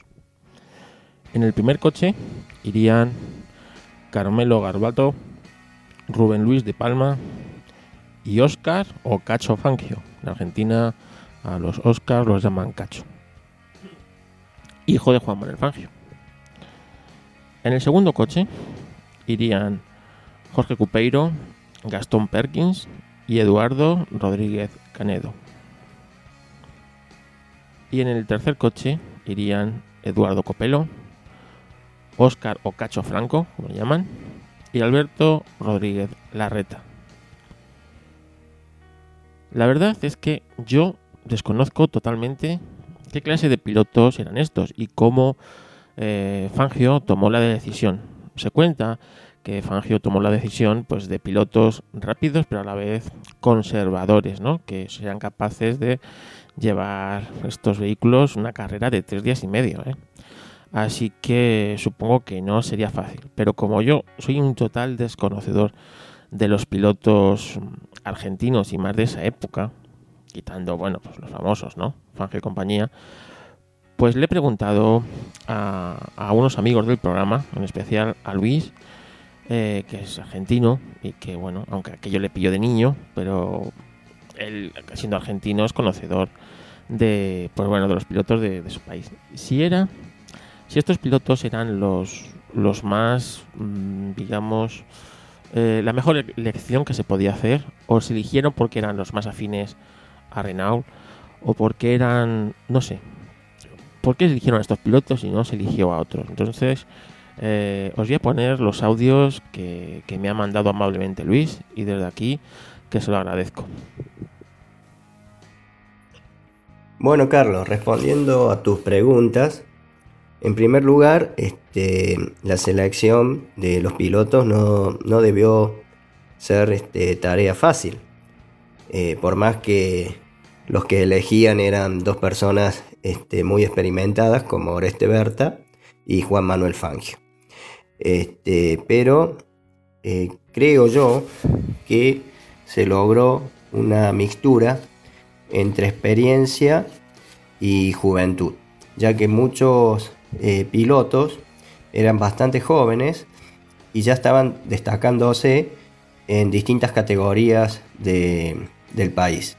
En el primer coche irían Carmelo Garbato, Rubén Luis de Palma y Óscar o Cacho Fangio. En Argentina a los Óscar los llaman Cacho, hijo de Juan Manuel Fangio. En el segundo coche irían Jorge Cupeiro, Gastón Perkins y Eduardo Rodríguez Canedo. Y en el tercer coche irían Eduardo Copelo, Óscar o Cacho Franco, como le llaman, y Alberto Rodríguez Larreta. La verdad es que yo desconozco totalmente qué clase de pilotos eran estos y cómo Fangio tomó la decisión. Se cuenta que Fangio tomó la decisión pues de pilotos rápidos pero a la vez conservadores, ¿no? Que sean capaces de llevar estos vehículos una carrera de 3 días y medio, Así que supongo que no sería fácil. Pero como yo soy un total desconocedor de los pilotos argentinos y más de esa época, quitando, bueno, pues los famosos, ¿no? Fangio y compañía, pues le he preguntado a unos amigos del programa, en especial a Luis, que es argentino y que, bueno, aunque aquello le pilló de niño, pero él, siendo argentino, es conocedor de, pues bueno, de los pilotos de su país. Si si estos pilotos eran los más, digamos, la mejor elección que se podía hacer, o se eligieron porque eran los más afines a Renault, o porque eran, no sé, por qué se eligieron a estos pilotos y no se eligió a otros. Entonces, os voy a poner los audios que me ha mandado amablemente Luis, y desde aquí que se lo agradezco. Bueno, Carlos, respondiendo a tus preguntas, en primer lugar, la selección de los pilotos no debió ser tarea fácil, por más que los que elegían eran dos personas muy experimentadas como Oreste Berta y Juan Manuel Fangio. Pero creo yo que se logró una mixtura entre experiencia y juventud, ya que muchos pilotos eran bastante jóvenes y ya estaban destacándose en distintas categorías del país.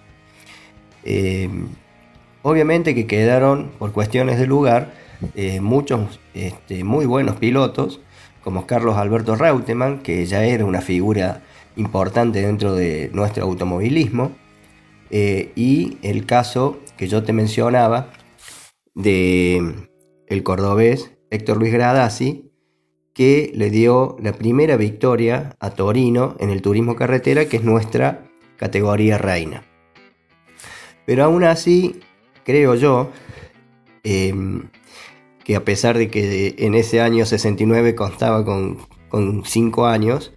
Obviamente que quedaron, por cuestiones de lugar, muchos muy buenos pilotos, como Carlos Alberto Reutemann, que ya era una figura importante dentro de nuestro automovilismo, y el caso que yo te mencionaba de el cordobés Héctor Luis Gradasi, que le dio la primera victoria a Torino en el turismo carretera, que es nuestra categoría reina. Pero aún así, creo yo que a pesar de que en ese año 69 contaba con 5 años,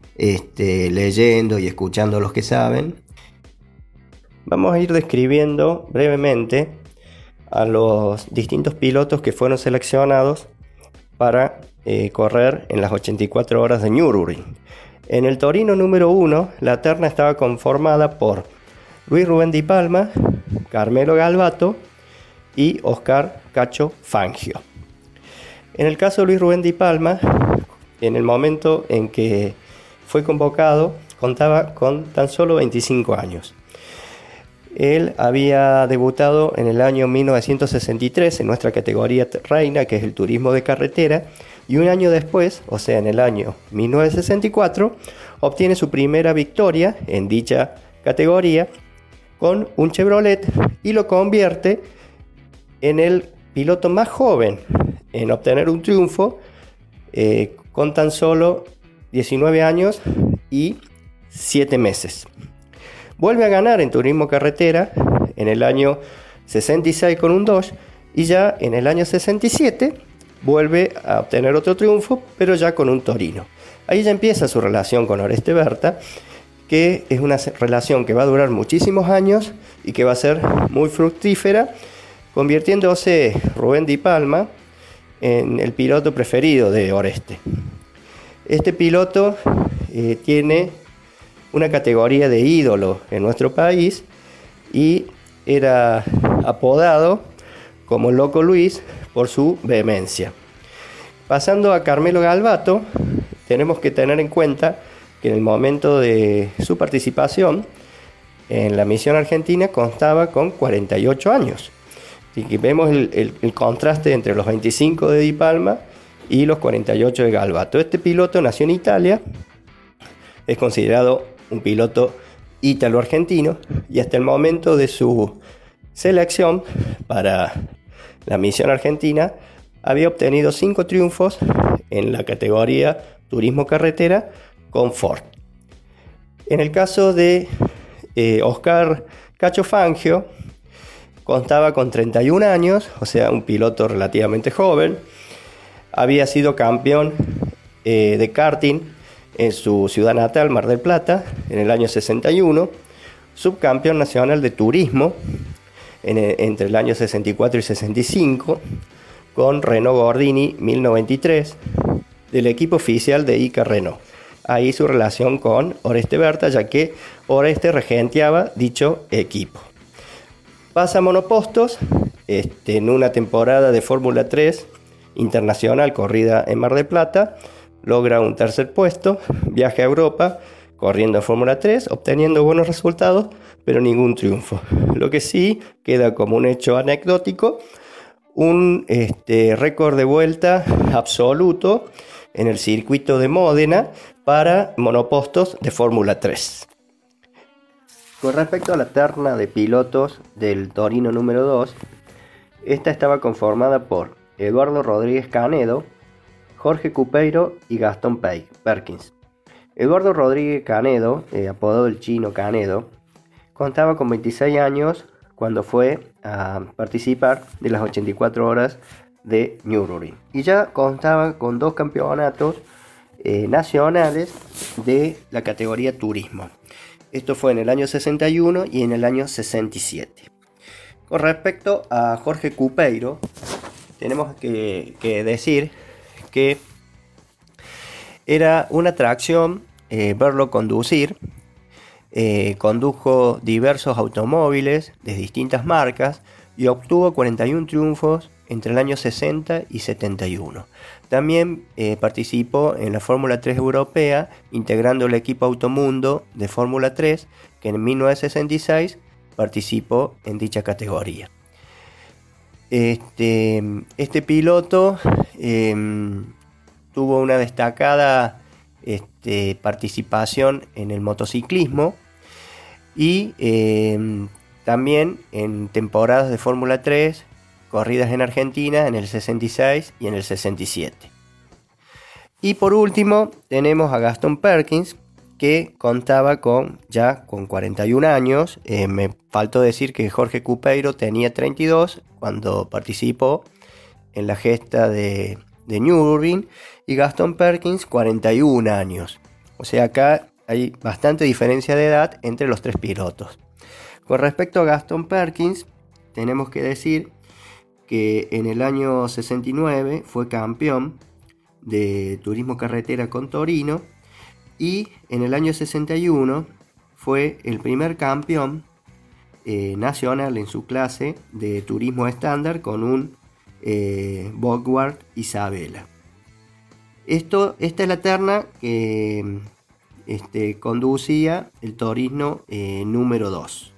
leyendo y escuchando a los que saben, vamos a ir describiendo brevemente a los distintos pilotos que fueron seleccionados para correr en las 84 horas de Nürburgring. En el Torino número 1, la terna estaba conformada por Luis Rubén Di Palma, Carmelo Galbato y Oscar Cacho Fangio. En el caso de Luis Rubén Di Palma, en el momento en que fue convocado, contaba con tan solo 25 años. Él había debutado en el año 1963 en nuestra categoría reina, que es el turismo de carretera, y un año después, o sea en el año 1964, obtiene su primera victoria en dicha categoría con un Chevrolet y lo convierte en el piloto más joven en obtener un triunfo con tan solo 19 años y 7 meses. Vuelve a ganar en turismo carretera en el año 66 con un Dodge, y ya en el año 67 vuelve a obtener otro triunfo, pero ya con un Torino. Ahí ya empieza su relación con Oreste Berta, que es una relación que va a durar muchísimos años y que va a ser muy fructífera, convirtiéndose Rubén Di Palma en el piloto preferido de Oreste. Este piloto tiene una categoría de ídolo en nuestro país y era apodado como Loco Luis por su vehemencia. Pasando a Carmelo Galbato, tenemos que tener en cuenta que en el momento de su participación en la misión argentina constaba con 48 años. Así que vemos el contraste entre los 25 de Di Palma y los 48 de Galbato. Este piloto nació en Italia, es considerado un piloto ítalo-argentino, y hasta el momento de su selección para la misión argentina había obtenido 5 triunfos en la categoría turismo carretera con Ford. En el caso de Oscar Cacho Fangio, contaba con 31 años, o sea, un piloto relativamente joven. Había sido campeón de karting en su ciudad natal, Mar del Plata, en el año 61, subcampeón nacional de turismo entre el año 64 y 65, con Renault Gordini 1093, del equipo oficial de ICA Renault. Ahí su relación con Oreste Berta, ya que Oreste regenteaba dicho equipo. Pasa a monopostos en una temporada de Fórmula 3 internacional corrida en Mar del Plata. Logra un tercer puesto, viaja a Europa corriendo en Fórmula 3, obteniendo buenos resultados, pero ningún triunfo. Lo que sí queda como un hecho anecdótico, un récord de vuelta absoluto en el circuito de Módena para monopostos de Fórmula 3. Con respecto a la terna de pilotos del Torino número 2, esta estaba conformada por Eduardo Rodríguez Canedo, Jorge Cupeiro y Gastón Perkins. Eduardo Rodríguez Canedo, apodado el Chino Canedo, contaba con 26 años cuando fue a participar de las 84 horas de Nürburgring. Y ya contaba con 2 campeonatos nacionales de la categoría turismo. Esto fue en el año 61 y en el año 67. Con respecto a Jorge Cupeiro, tenemos que decir que era una atracción verlo conducir. Condujo diversos automóviles de distintas marcas y obtuvo 41 triunfos entre el año 60 y 71. También participó en la Fórmula 3 europea, integrando el equipo Automundo de Fórmula 3, que en 1966 participó en dicha categoría. Este piloto tuvo una destacada participación en el motociclismo y también en temporadas de Fórmula 3, corridas en Argentina en el 66 y en el 67. Y por último tenemos a Gastón Perkins, que contaba con 41 años. Me faltó decir que Jorge Cupeiro tenía 32 cuando participó en la gesta de Nürburgring, y Gastón Perkins 41 años. O sea, acá hay bastante diferencia de edad entre los 3 pilotos. Con respecto a Gastón Perkins, tenemos que decir que en el año 69 fue campeón de turismo carretera con Torino, y en el año 61 fue el primer campeón nacional en su clase de turismo estándar con un Vogue Isabela. Esta es la terna que conducía el Torino número 2.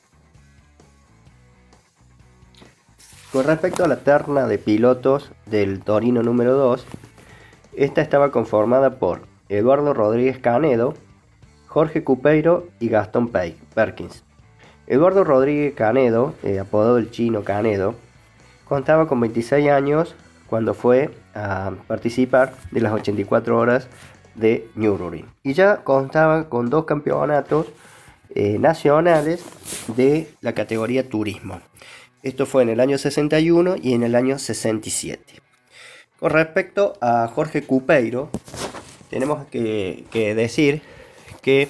Con respecto a la terna de pilotos del Torino número 2, esta estaba conformada por Eduardo Rodríguez Canedo, Jorge Cupeiro y Gastón Perkins. Eduardo Rodríguez Canedo, apodado el Chino Canedo, contaba con 26 años cuando fue a participar de las 84 horas de Nürburgring. Y ya contaba con 2 campeonatos nacionales de la categoría turismo. Esto fue en el año 61 y en el año 67. Con respecto a Jorge Cupeiro, tenemos que decir que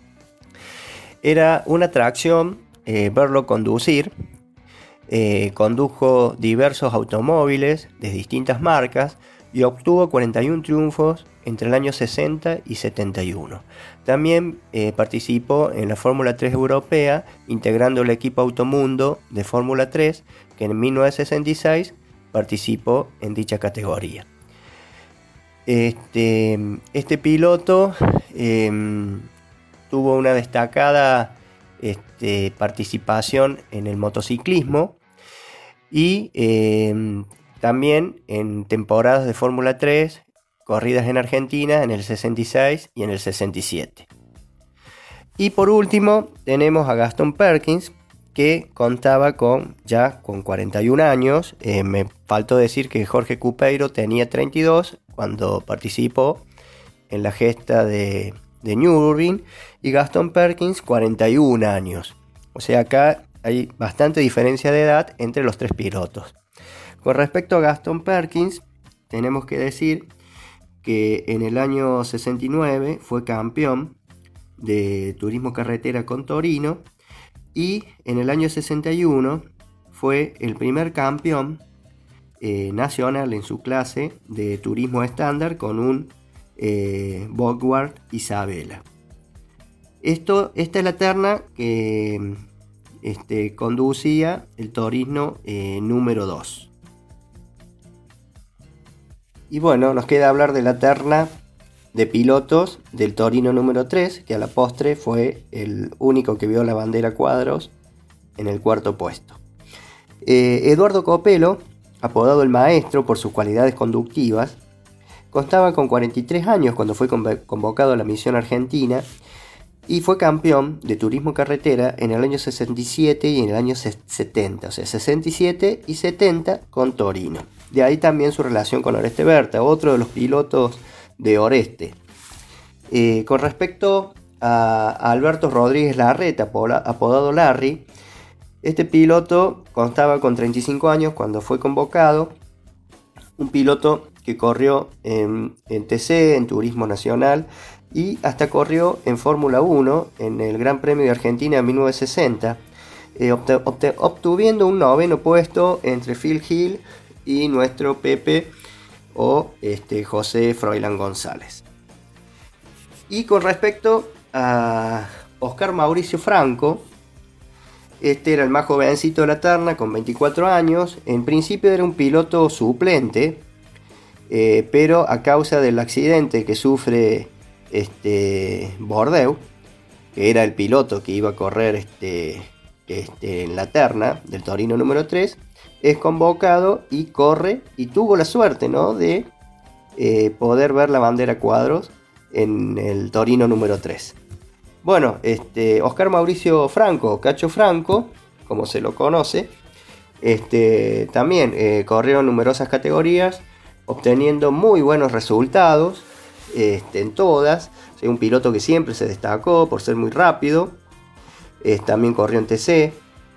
era una atracción verlo conducir. Condujo diversos automóviles de distintas marcas y obtuvo 41 triunfos entre el año 60 y 71. También participó en la Fórmula 3 europea, integrando el equipo Automundo de Fórmula 3, que en 1966 participó en dicha categoría. Este piloto tuvo una destacada participación en el motociclismo y también en temporadas de Fórmula 3, corridas en Argentina en el 66 y en el 67. Y por último tenemos a Gastón Perkins, que contaba con 41 años. Me faltó decir que Jorge Cupeiro tenía 32 cuando participó en la gesta de Nürburgring, y Gastón Perkins 41 años. O sea, acá hay bastante diferencia de edad entre los 3 pilotos. Con respecto a Gastón Perkins, tenemos que decir que en el año 69 fue campeón de turismo carretera con Torino, y en el año 61 fue el primer campeón nacional en su clase de turismo estándar con un Vogue Isabela. Esta es la terna que conducía el Torino número 2. Y bueno, nos queda hablar de la terna de pilotos del Torino número 3, que a la postre fue el único que vio la bandera cuadros en el 4.º puesto. Eduardo Copello apodado el Maestro por sus cualidades conductivas, contaba con 43 años cuando fue convocado a la misión argentina y fue campeón de turismo carretera en el año 67 y en el año 70, o sea, 67 y 70 con Torino. De ahí también su relación con Oreste Berta, otro de los pilotos de Oreste. Con respecto a Alberto Rodríguez Larreta, apodado Larry, este piloto contaba con 35 años cuando fue convocado, un piloto que corrió en TC, en Turismo Nacional, y hasta corrió en Fórmula 1 en el Gran Premio de Argentina en 1960, obtuviendo un 9º puesto entre Phil Hill y nuestro Pepe o José Froilán González. Y con respecto a Oscar Mauricio Franco, este era el más jovencito de la terna con 24 años. En principio era un piloto suplente, pero a causa del accidente que sufre Bordeaux, que era el piloto que iba a correr en la terna del Torino número 3, es convocado y corre, y tuvo la suerte, ¿no?, de poder ver la bandera a cuadros en el Torino número 3. Bueno, Oscar Mauricio Franco, Cacho Franco, como se lo conoce, también corrió en numerosas categorías, obteniendo muy buenos resultados en todas. Un piloto que siempre se destacó por ser muy rápido. También corrió en TC.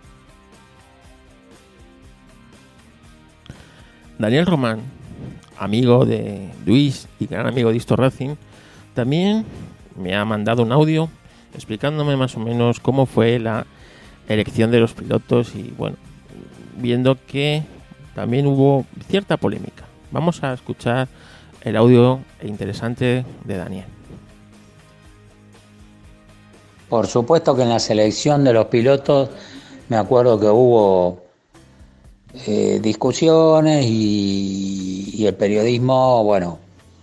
Daniel Román, amigo de Luis y gran amigo de Histo Racing, también me ha mandado un audio explicándome más o menos cómo fue la elección de los pilotos y, bueno, viendo que también hubo cierta polémica. Vamos a escuchar el audio interesante de Daniel. Por supuesto que en la selección de los pilotos me acuerdo que hubo discusiones y el periodismo, bueno,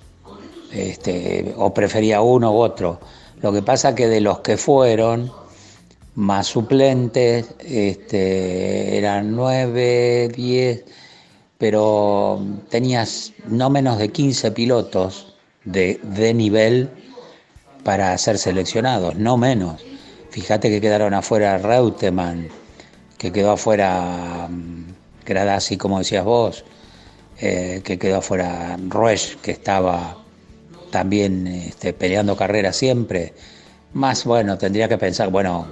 o prefería uno u otro. Lo que pasa que de los que fueron más suplentes, eran 9, 10, pero tenías no menos de 15 pilotos de nivel para ser seleccionados, no menos. Fíjate que quedaron afuera Reutemann, que quedó afuera Gradasi, como decías vos, que quedó afuera Ruesch, que estaba también peleando carrera siempre. Más, bueno, tendría que pensar,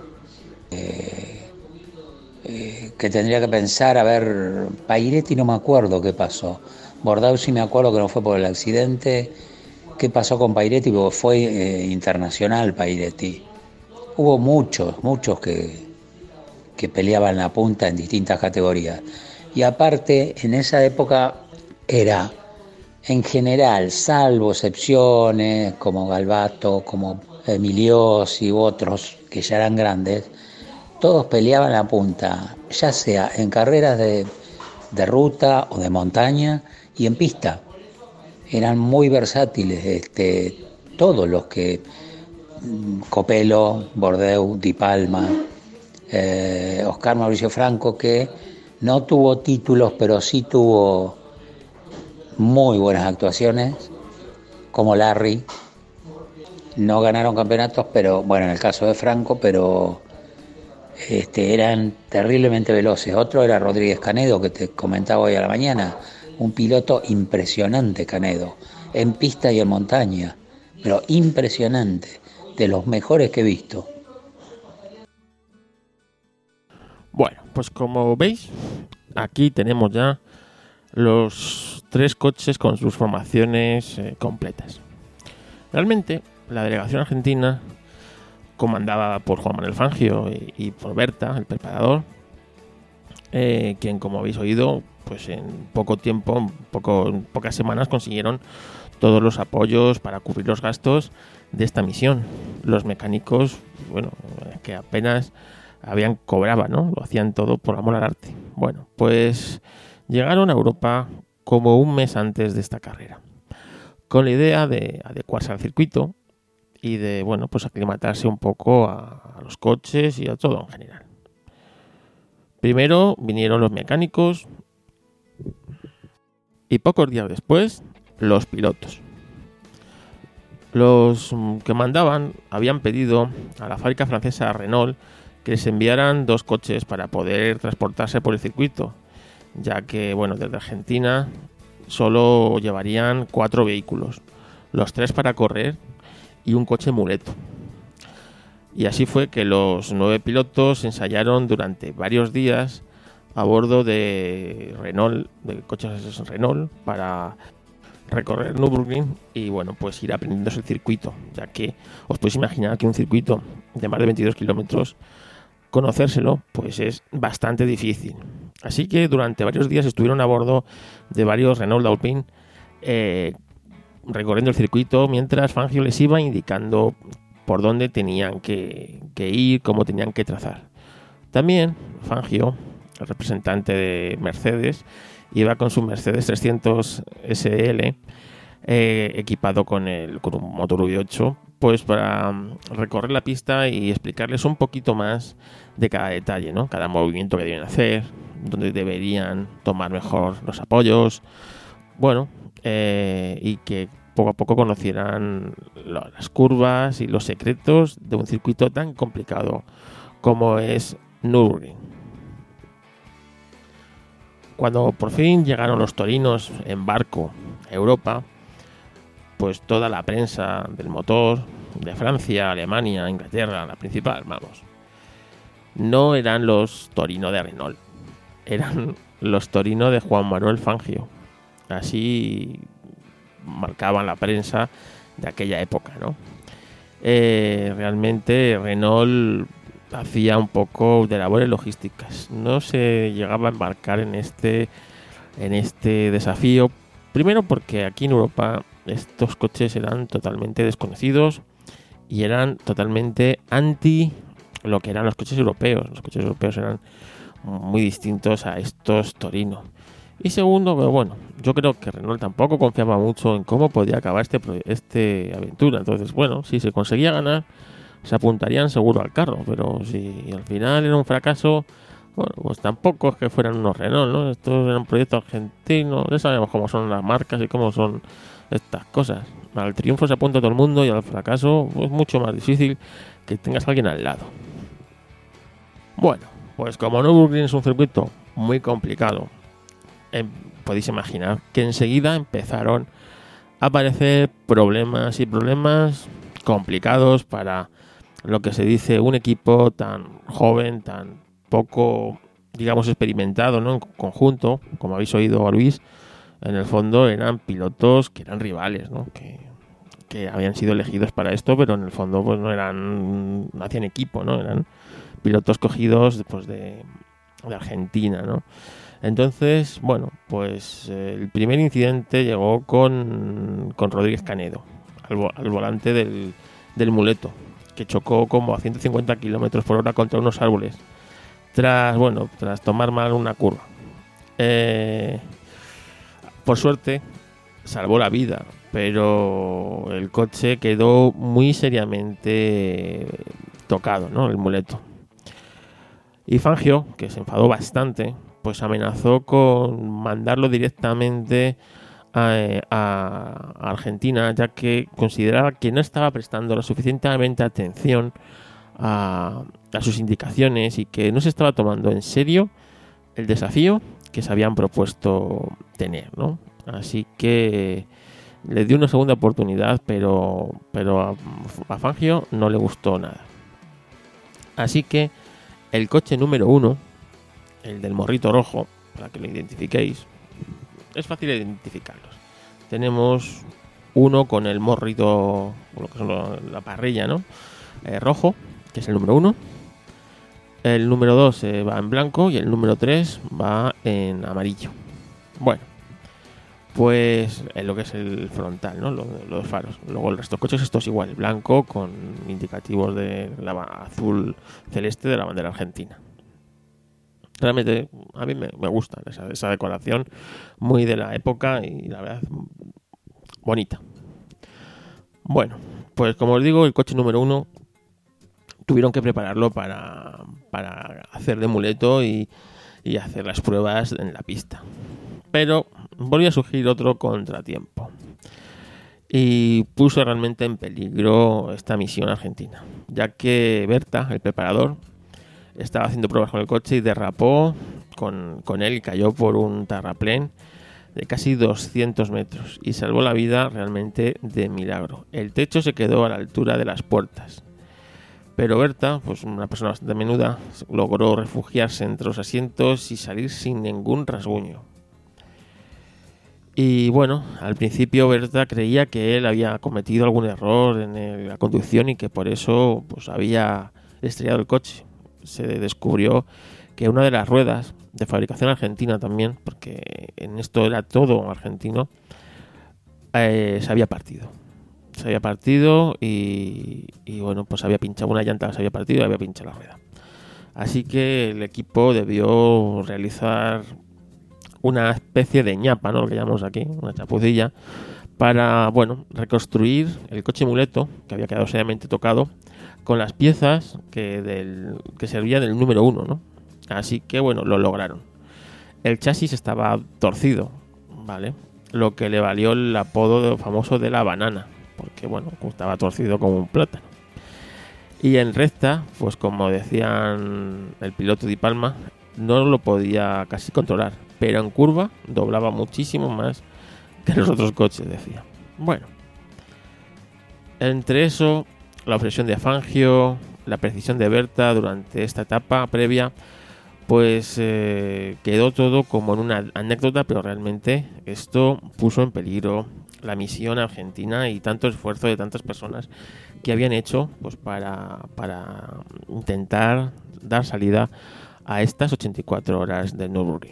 que tendría que pensar, a ver, Pairetti no me acuerdo qué pasó. Bordeaux sí me acuerdo que no fue por el accidente. ¿Qué pasó con Pairetti? Porque fue internacional Pairetti. Hubo muchos que peleaban la punta en distintas categorías. Y aparte, en esa época era, en general, salvo excepciones como Galbato, como Emiliosi u otros que ya eran grandes, todos peleaban la punta, ya sea en carreras de ruta o de montaña y en pista. Eran muy versátiles, todos los que, Copelo, Bordeaux, Di Palma, Oscar Mauricio Franco, que no tuvo títulos, pero sí tuvo muy buenas actuaciones, como Larry. No ganaron campeonatos, pero bueno, en el caso de Franco, pero eran terriblemente veloces. Otro era Rodríguez Canedo, que te comentaba hoy a la mañana, un piloto impresionante, Canedo, en pista y en montaña, pero impresionante, de los mejores que he visto. Bueno, pues como veis, aquí tenemos ya los 3 coches con sus formaciones completas. Realmente, la delegación argentina, comandada por Juan Manuel Fangio y por Berta, el preparador, quien, como habéis oído, pues en poco tiempo, en pocas semanas consiguieron todos los apoyos para cubrir los gastos de esta misión. Los mecánicos, bueno, que apenas cobraban, ¿no? Lo hacían todo por amor al arte. Bueno, pues llegaron a Europa como un mes antes de esta carrera, con la idea de adecuarse al circuito y de, bueno, pues aclimatarse un poco a los coches y a todo en general. Primero vinieron los mecánicos, Y pocos días después, los pilotos. Los que mandaban habían pedido a la fábrica francesa Renault que les enviaran 2 coches para poder transportarse por el circuito, ya que, bueno, desde Argentina solo llevarían 4 vehículos, los 3 para correr y un coche muleto. Y así fue que los 9 pilotos ensayaron durante varios días a bordo de Renault, de coches Renault, para recorrer Nürburgring y, bueno, pues ir aprendiéndose el circuito, ya que os podéis imaginar que un circuito de más de 22 kilómetros, conocérselo, pues es bastante difícil. Así que durante varios días estuvieron a bordo de varios Renault Alpine recorriendo el circuito, mientras Fangio les iba indicando por dónde tenían que ir, cómo tenían que trazar. También Fangio, el representante de Mercedes, iba con su Mercedes 300 SL equipado con un motor V8, pues para recorrer la pista y explicarles un poquito más de cada detalle, ¿no? Cada movimiento que deben hacer, dónde deberían tomar mejor los apoyos, bueno, y que poco a poco conocieran las curvas y los secretos de un circuito tan complicado como es Nürburgring. Cuando por fin llegaron los torinos en barco a Europa, pues toda la prensa del motor de Francia, Alemania, Inglaterra, la principal, vamos, no eran los Torino de Renault, eran los Torino de Juan Manuel Fangio. Así marcaban la prensa de aquella época, ¿no? Realmente Renault hacía un poco de labores logísticas, no se llegaba a embarcar en este desafío, primero porque aquí en Europa estos coches eran totalmente desconocidos y eran totalmente anti lo que eran los coches europeos. Los coches europeos eran muy distintos a estos Torino. Y segundo, pero bueno, yo creo que Renault tampoco confiaba mucho en cómo podía acabar este aventura. Entonces, bueno, si se conseguía ganar, se apuntarían seguro al carro, pero si al final era un fracaso, bueno, pues tampoco es que fueran unos Renault, ¿no? Estos eran proyectos argentinos, ya sabemos cómo son las marcas y cómo son estas cosas. Al triunfo se apunta todo el mundo y al fracaso es mucho más difícil que tengas a alguien al lado. Bueno, pues como Nürburgring es un circuito muy complicado, podéis imaginar que enseguida empezaron a aparecer problemas complicados para lo que se dice un equipo tan joven, tan poco, digamos, experimentado, ¿no? En conjunto, como habéis oído a Luis, en el fondo eran pilotos que eran rivales, ¿no? Que habían sido elegidos para esto, pero en el fondo pues no hacían equipo, ¿no? Eran pilotos cogidos pues, de Argentina, ¿no? Entonces, bueno, pues el primer incidente llegó con Rodríguez Canedo, al volante del muleto, que chocó como a 150 km por hora contra unos árboles, tras tomar mal una curva. Por suerte, salvó la vida, pero el coche quedó muy seriamente tocado, ¿no? El muleto. Y Fangio, que se enfadó bastante, pues amenazó con mandarlo directamente a Argentina, ya que consideraba que no estaba prestando lo suficientemente atención a sus indicaciones y que no se estaba tomando en serio el desafío que se habían propuesto tener, ¿no? Así que le dio una segunda oportunidad, pero a Fangio no le gustó nada. Así que el coche número 1, el del morrito rojo, para que lo identifiquéis, es fácil identificarlos. Tenemos uno con el morrito, lo que es la parrilla, ¿no? Rojo, que es el número 1. El número 2 va en blanco y el número 3 va en amarillo. Bueno, pues lo que es el frontal, ¿no? Los faros. Luego el resto de coches, esto es igual, blanco con indicativos de la azul celeste de la bandera argentina. Realmente a mí me gusta esa decoración, muy de la época y la verdad bonita. Bueno, pues como os digo, el coche número 1 tuvieron que prepararlo para hacer de muleto y hacer las pruebas en la pista. Pero volvió a surgir otro contratiempo y puso realmente en peligro esta misión argentina, ya que Berta, el preparador, estaba haciendo pruebas con el coche y derrapó con él y cayó por un terraplén de casi 200 metros y salvó la vida realmente de milagro. El techo se quedó a la altura de las puertas, pero Berta, pues una persona bastante menuda, logró refugiarse entre los asientos y salir sin ningún rasguño. Y bueno, al principio Berta creía que él había cometido algún error en la conducción y que por eso pues había estrellado el coche. Se descubrió que una de las ruedas de fabricación argentina también, porque en esto era todo argentino, se había partido. Se había partido y bueno, pues había pinchado una llanta, se había partido y había pinchado la rueda. Así que el equipo debió realizar una especie de ñapa, ¿no? Lo que llamamos aquí, una chapucilla, para, bueno, reconstruir el coche muleto, que había quedado seriamente tocado, con las piezas que servían del número 1, ¿no? Así que, bueno, lo lograron. El chasis estaba torcido, ¿vale? Lo que le valió el apodo famoso de la banana, porque, bueno, estaba torcido como un plátano. Y en recta, pues como decían el piloto Di Palma, no lo podía casi controlar, pero en curva doblaba muchísimo más que los otros coches, decía. Bueno, entre eso, la obsesión de Fangio, la precisión de Berta durante esta etapa previa, pues quedó todo como en una anécdota, pero realmente esto puso en peligro la misión argentina y tanto esfuerzo de tantas personas que habían hecho pues para intentar dar salida a estas 84 horas de Nürburgring.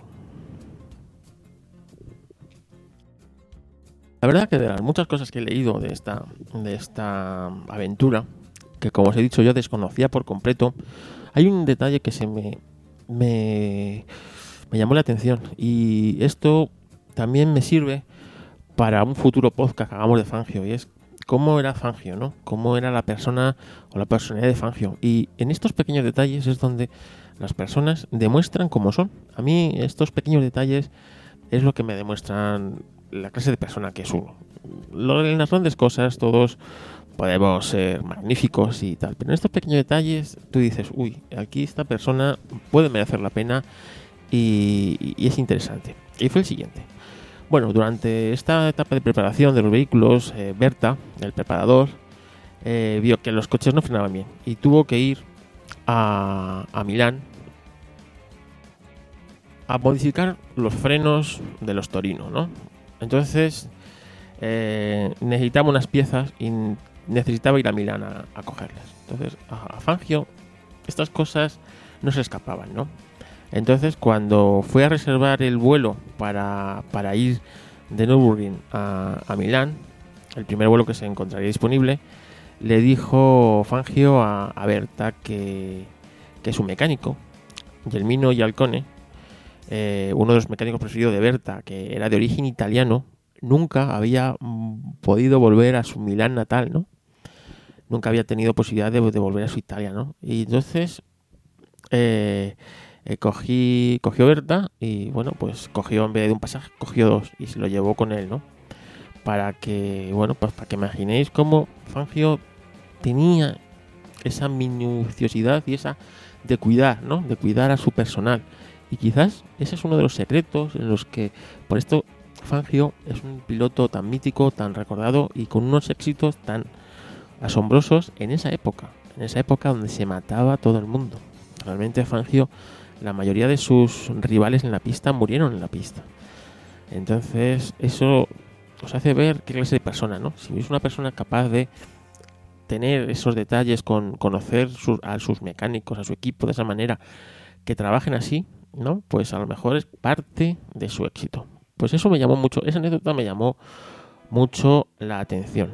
La verdad que de las muchas cosas que he leído de esta aventura, que como os he dicho yo desconocía por completo, hay un detalle que me llamó la atención, y esto también me sirve para un futuro podcast que hagamos de Fangio, y es cómo era Fangio, ¿no? Cómo era la persona o la personalidad de Fangio. Y en estos pequeños detalles es donde las personas demuestran cómo son. A mí estos pequeños detalles es lo que me demuestran la clase de persona que es uno. En las grandes cosas todos podemos ser magníficos y tal, pero en estos pequeños detalles tú dices, uy, aquí esta persona puede merecer la pena y es interesante. Y fue el siguiente. Bueno, durante esta etapa de preparación de los vehículos, Berta, el preparador, vio que los coches no frenaban bien y tuvo que ir a Milán a modificar los frenos de los Torino, ¿no? Entonces necesitaba unas piezas y necesitaba ir a Milán a cogerlas. Entonces a Fangio estas cosas no se escapaban, ¿no? Entonces cuando fue a reservar el vuelo para ir de Nürburgring a Milán, el primer vuelo que se encontraría disponible, le dijo Fangio a Berta que su mecánico, Gelmino Ialcone, uno de los mecánicos preferidos de Berta, que era de origen italiano, nunca había podido volver a su Milán natal, ¿no? Nunca había tenido posibilidad de volver a su Italia, ¿no? Y entonces cogió Berta y, bueno, pues cogió, en vez de un pasaje, cogió dos y se lo llevó con él, ¿no? Para que, bueno, pues para que imaginéis cómo Fangio tenía esa minuciosidad y esa de cuidar, ¿no? De cuidar a su personal. Y quizás ese es uno de los secretos en los que, por esto, Fangio es un piloto tan mítico, tan recordado y con unos éxitos tan asombrosos en esa época donde se mataba todo el mundo. Realmente Fangio, la mayoría de sus rivales en la pista murieron en la pista. Entonces eso os hace ver qué clase de persona, ¿no? Si es una persona capaz de tener esos detalles, con conocer a sus mecánicos, a su equipo de esa manera, que trabajen así, ¿no? Pues a lo mejor es parte de su éxito. Pues eso me llamó mucho, esa anécdota me llamó mucho la atención.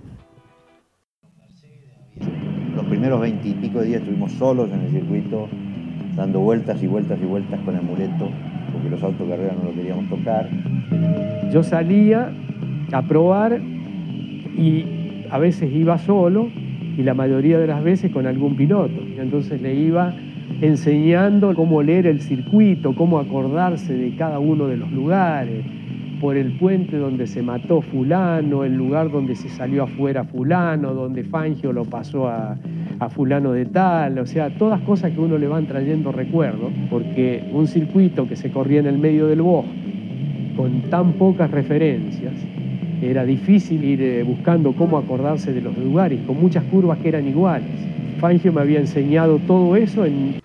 Los primeros 20 y pico de días estuvimos solos en el circuito, dando vueltas y vueltas y vueltas con el muleto, porque los autocarreras no lo queríamos tocar. Yo salía a probar y a veces iba solo y la mayoría de las veces con algún piloto. Entonces le iba enseñando cómo leer el circuito, cómo acordarse de cada uno de los lugares, por el puente donde se mató fulano, el lugar donde se salió afuera fulano, donde Fangio lo pasó a fulano de tal, o sea, todas cosas que uno le van trayendo recuerdos, porque un circuito que se corría en el medio del bosque, con tan pocas referencias, era difícil ir buscando cómo acordarse de los lugares, con muchas curvas que eran iguales. Fangio me había enseñado todo eso en...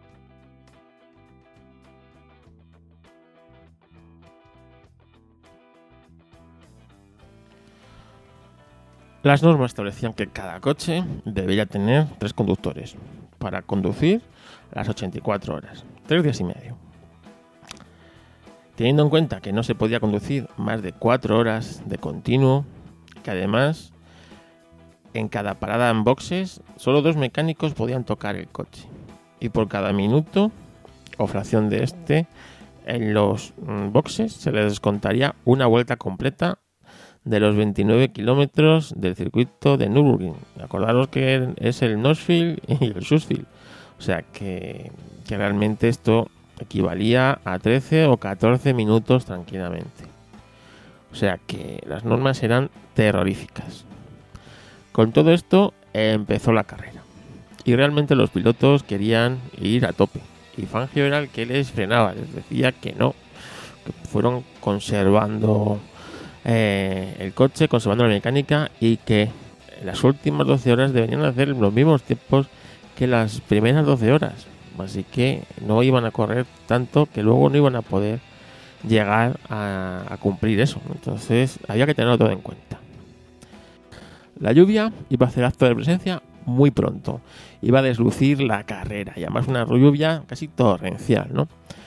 Las normas establecían que cada coche debía tener 3 conductores para conducir las 84 horas, 3 días y medio. Teniendo en cuenta que no se podía conducir más de 4 horas de continuo, que además en cada parada en boxes solo 2 mecánicos podían tocar el coche y por cada minuto o fracción de este en los boxes se les descontaría una vuelta completa de los 29 kilómetros del circuito de Nürburgring. Acordaros que es el Knoxville y el Zussville. O sea que realmente esto equivalía a 13 o 14 minutos tranquilamente. O sea que las normas eran terroríficas. Con todo esto empezó la carrera. Y realmente los pilotos querían ir a tope. Y Fangio era el que les frenaba, les decía que no. Que fueron conservando el coche, conservando la mecánica y que en las últimas 12 horas deberían hacer los mismos tiempos que las primeras 12 horas. Así que no iban a correr tanto que luego no iban a poder llegar a cumplir eso. Entonces había que tenerlo todo en cuenta. La lluvia iba a hacer acto de presencia muy pronto. Iba a deslucir la carrera y además una lluvia casi torrencial, ¿no?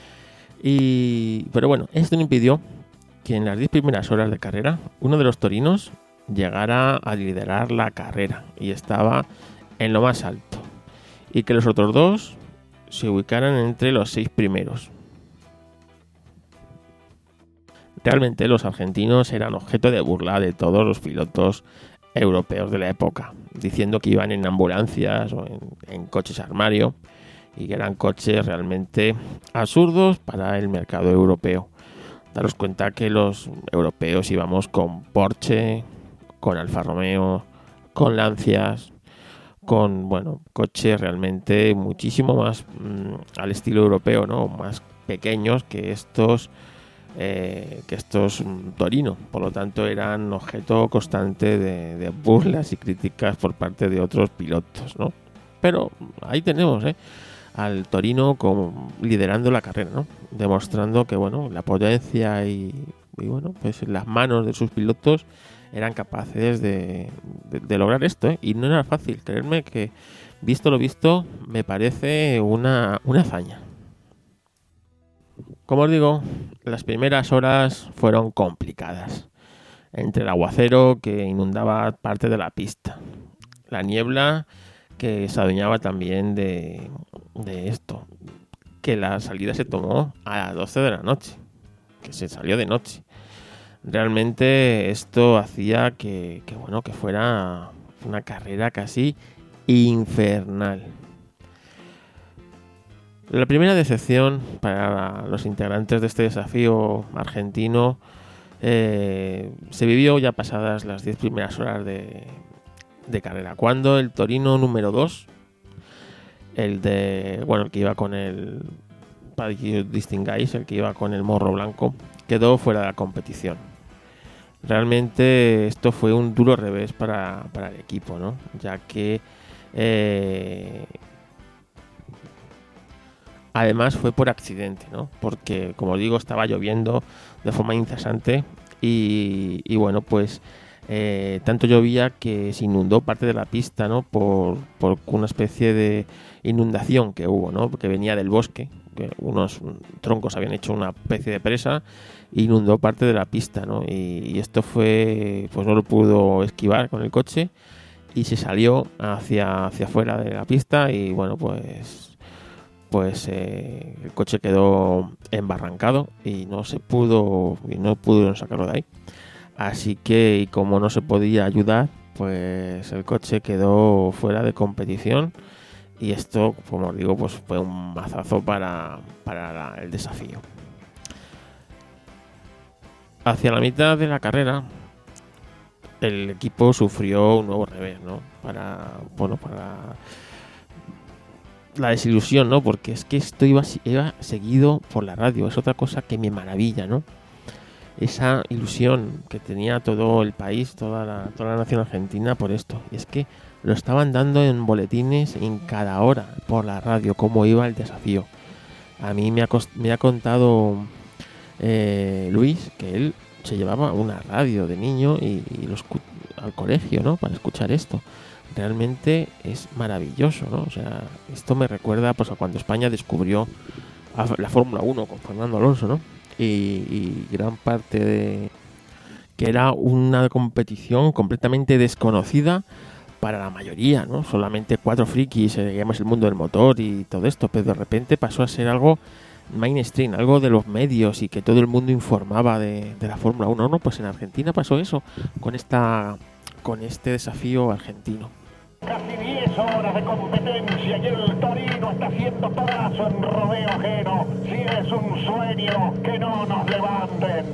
Pero bueno, esto no impidió que en las 10 primeras horas de carrera uno de los torinos llegara a liderar la carrera y estaba en lo más alto y que los otros 2 se ubicaran entre los 6 primeros. Realmente los argentinos eran objeto de burla de todos los pilotos europeos de la época, diciendo que iban en ambulancias o en coches armario y que eran coches realmente absurdos para el mercado europeo. Daros cuenta que los europeos íbamos con Porsche, con Alfa Romeo, con Lancias, con coches realmente muchísimo más al estilo europeo, ¿no? Más pequeños que estos Torino. Por lo tanto, eran objeto constante de burlas y críticas por parte de otros pilotos, ¿no? Pero ahí tenemos, al Torino como liderando la carrera, ¿no? Demostrando que la potencia y pues las manos de sus pilotos eran capaces de lograr esto, y no era fácil. Creedme que visto lo visto me parece una hazaña. Como os digo, las primeras horas fueron complicadas, entre el aguacero que inundaba parte de la pista, la niebla que se adueñaba también de esto, que la salida se tomó a las 12 de la noche, que se salió de noche. Realmente esto hacía que fuera una carrera casi infernal. La primera decepción para los integrantes de este desafío argentino se vivió ya pasadas las 10 primeras horas de carrera, cuando el Torino número 2, el que iba con el, para que os distingáis, el que iba con el morro blanco, quedó fuera de la competición. Realmente esto fue un duro revés para el equipo, ¿no? Ya que además fue por accidente, ¿no? Porque, como os digo, estaba lloviendo de forma incesante y tanto llovía que se inundó parte de la pista, ¿no? Por una especie de inundación que hubo, ¿no? Que venía del bosque, que unos troncos habían hecho una especie de presa e inundó parte de la pista, ¿no? Y esto fue, pues no lo pudo esquivar con el coche y se salió hacia afuera de la pista y el coche quedó embarrancado y no pudieron sacarlo de ahí. Así que, y como no se podía ayudar, pues el coche quedó fuera de competición Y esto, como os digo, pues fue un mazazo para el desafío. Hacia la mitad de la carrera, el equipo sufrió un nuevo revés, ¿no? Para la desilusión, ¿no? Porque es que esto iba seguido por la radio. Es otra cosa que me maravilla, ¿no? Esa ilusión que tenía todo el país, toda la nación argentina por esto. Y es que lo estaban dando en boletines en cada hora por la radio, cómo iba el desafío. A mí me ha contado Luis que él se llevaba una radio de niño y al colegio, ¿no? Para escuchar esto. Realmente es maravilloso, ¿no? O sea, esto me recuerda pues a cuando España descubrió la Fórmula 1 con Fernando Alonso, ¿no? Y gran parte de que era una competición completamente desconocida para la mayoría, ¿no? Solamente 4 frikis seguíamos el mundo del motor y todo esto, pero de repente pasó a ser algo mainstream, algo de los medios y que todo el mundo informaba de la Fórmula 1, ¿no? Pues en Argentina pasó eso con este desafío argentino. Casi 10 horas de competencia y el Torino está haciendo todazo en rodeo ajeno. Si es un sueño, que no nos levanten.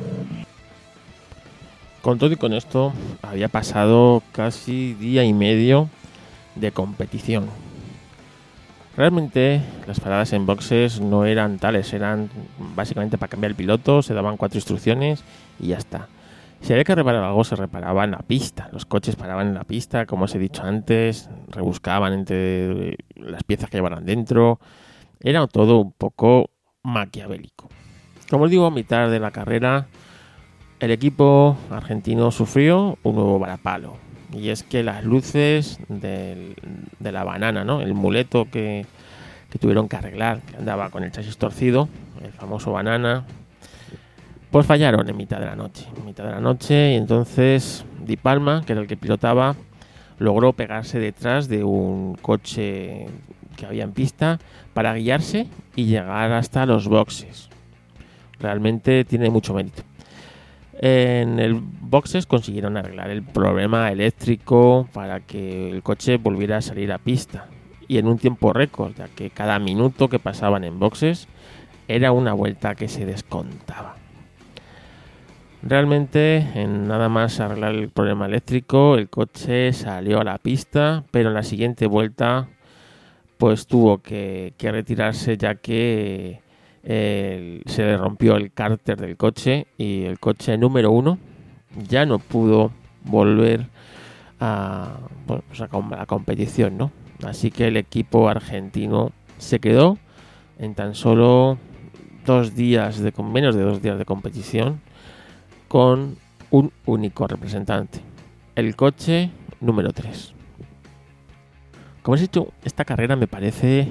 Con todo y con esto, había pasado casi día y medio de competición. Realmente las paradas en boxes no eran tales, eran básicamente para cambiar el piloto, se daban 4 instrucciones y ya está. Si había que reparar algo, se reparaba en la pista. Los coches paraban en la pista, como os he dicho antes, rebuscaban entre las piezas que llevaran dentro. Era todo un poco maquiavélico. Como os digo, a mitad de la carrera, el equipo argentino sufrió un nuevo varapalo. Y es que las luces de la banana, ¿no? El muleto que tuvieron que arreglar, que andaba con el chasis torcido, el famoso banana, pues fallaron en mitad de la noche. Y entonces Di Palma, que era el que pilotaba, logró pegarse detrás de un coche que había en pista para guiarse y llegar hasta los boxes. Realmente tiene mucho mérito. En el boxes consiguieron arreglar el problema eléctrico para que el coche volviera a salir a pista y en un tiempo récord, ya que cada minuto que pasaban en boxes era una vuelta que se descontaba. Realmente, en nada más arreglar el problema eléctrico, el coche salió a la pista, pero en la siguiente vuelta pues tuvo que retirarse, ya que se le rompió el cárter del coche y el coche número 1 ya no pudo volver a la competición, ¿no? Así que el equipo argentino se quedó en tan solo menos de 2 días de competición con un único representante, el coche número 3. Como os he dicho, esta carrera me parece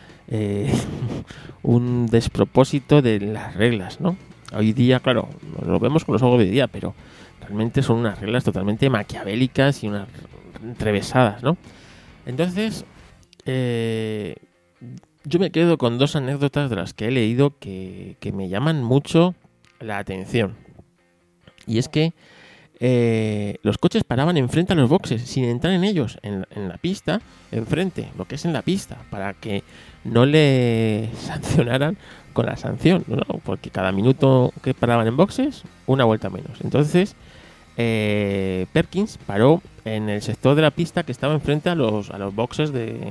un despropósito de las reglas, ¿no? Hoy día, claro, lo vemos con los ojos de hoy día, pero realmente son unas reglas totalmente maquiavélicas y unas entrevesadas, ¿no? Entonces, yo me quedo con 2 anécdotas de las que he leído que me llaman mucho la atención. Y es que los coches paraban enfrente a los boxes, sin entrar en ellos, en la pista, enfrente, lo que es en la pista, para que no le sancionaran con la sanción, ¿no? Porque cada minuto que paraban en boxes, una vuelta menos. Entonces, Perkins paró en el sector de la pista que estaba enfrente a los boxes de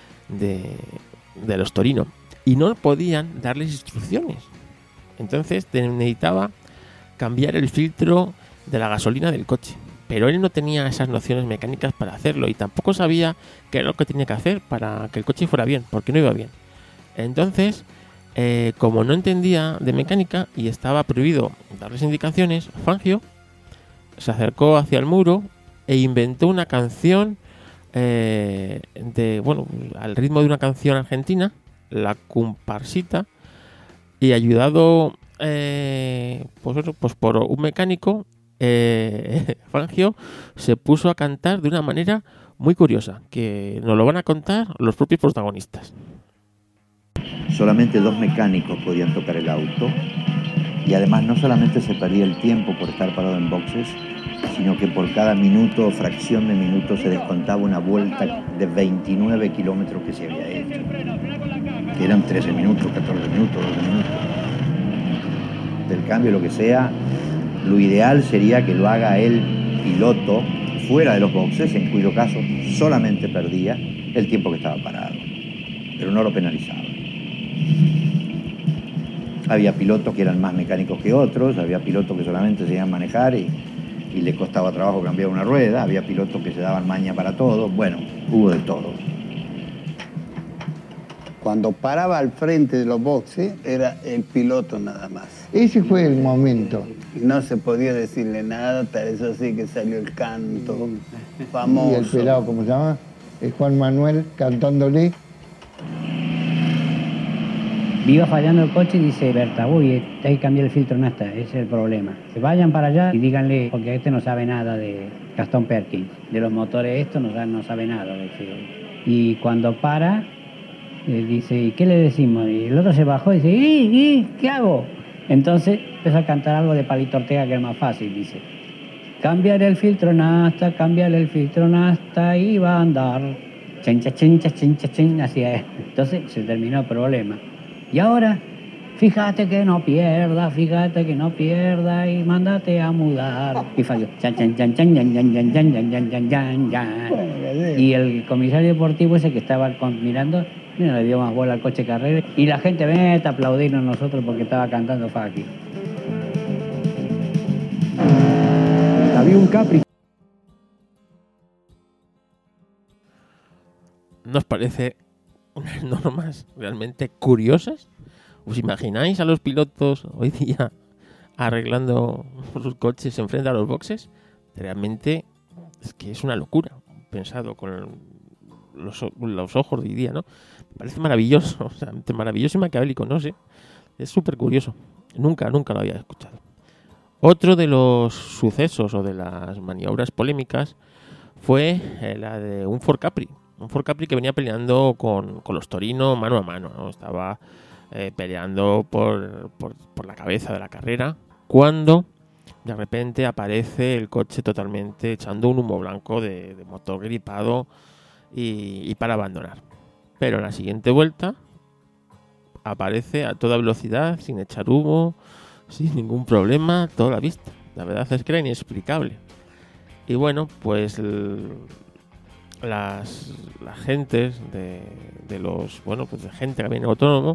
los Torino, y no podían darles instrucciones. Entonces necesitaba cambiar el filtro de la gasolina del coche, pero él no tenía esas nociones mecánicas para hacerlo y tampoco sabía qué era lo que tenía que hacer para que el coche fuera bien, porque no iba bien. Entonces, como no entendía de mecánica y estaba prohibido darles indicaciones, Fangio se acercó hacia el muro e inventó una canción al ritmo de una canción argentina, la comparsita, y ayudado por un mecánico, Fangio se puso a cantar de una manera muy curiosa, que nos lo van a contar los propios protagonistas. Solamente 2 mecánicos podían tocar el auto Y además no solamente se perdía el tiempo por estar parado en boxes, sino que por cada minuto o fracción de minuto se descontaba una vuelta de 29 kilómetros que se había hecho, que eran 13 minutos, 14 minutos, 12 minutos. Del cambio, lo que sea, lo ideal sería que lo haga el piloto fuera de los boxes, en cuyo caso solamente perdía el tiempo que estaba parado, pero no lo penalizaba. Había pilotos que eran más mecánicos que otros, había pilotos que solamente se iban a manejar y le costaba trabajo cambiar una rueda, había pilotos que se daban maña para todo, bueno, hubo de todo. Cuando paraba al frente de los boxes era el piloto nada más. Ese fue el momento. No se podía decirle nada, tal es así que salió el canto famoso. Y el pelado, ¿cómo se llama? Es Juan Manuel cantándole. Iba fallando el coche y dice Berta, uy, hay que cambiar el filtro nafta, ese es el problema. Que vayan para allá y díganle, porque este no sabe nada de Gastón Perkins, de los motores esto no sabe nada. Y cuando para, dice, ¿y qué le decimos? Y el otro se bajó y dice, ¿qué hago? Entonces empezó a cantar algo de Palito Ortega que es más fácil, dice, cambiar el filtro nafta y va a andar, chencha, así es. Entonces se terminó el problema. Y ahora, fíjate que no pierda y mándate a mudar. Y falló. Y el comisario deportivo ese que estaba mirando, le dio más bola al coche carrera. Y la gente vete a aplaudirnos a nosotros porque estaba cantando Faki. Había un Capri. ¿Nos parece unas normas realmente curiosas? ¿Os imagináis a los pilotos hoy día arreglando sus coches enfrente a los boxes? Realmente es que es una locura, pensado con los ojos de hoy día, ¿no? Me parece maravilloso, o sea, maravilloso y maquiavélico, no sé. Es súper curioso. Nunca lo había escuchado. Otro de los sucesos o de las maniobras polémicas fue la de un Ford Capri. Un Ford Capri que venía peleando con los Torino mano a mano, ¿no? Estaba peleando por la cabeza de la carrera, cuando de repente aparece el coche totalmente echando un humo blanco de motor gripado y para abandonar. Pero en la siguiente vuelta aparece a toda velocidad, sin echar humo, sin ningún problema, toda la vista. La verdad es que era inexplicable. Y bueno, pues las gentes de los, bueno, pues de gente que viene autónomo,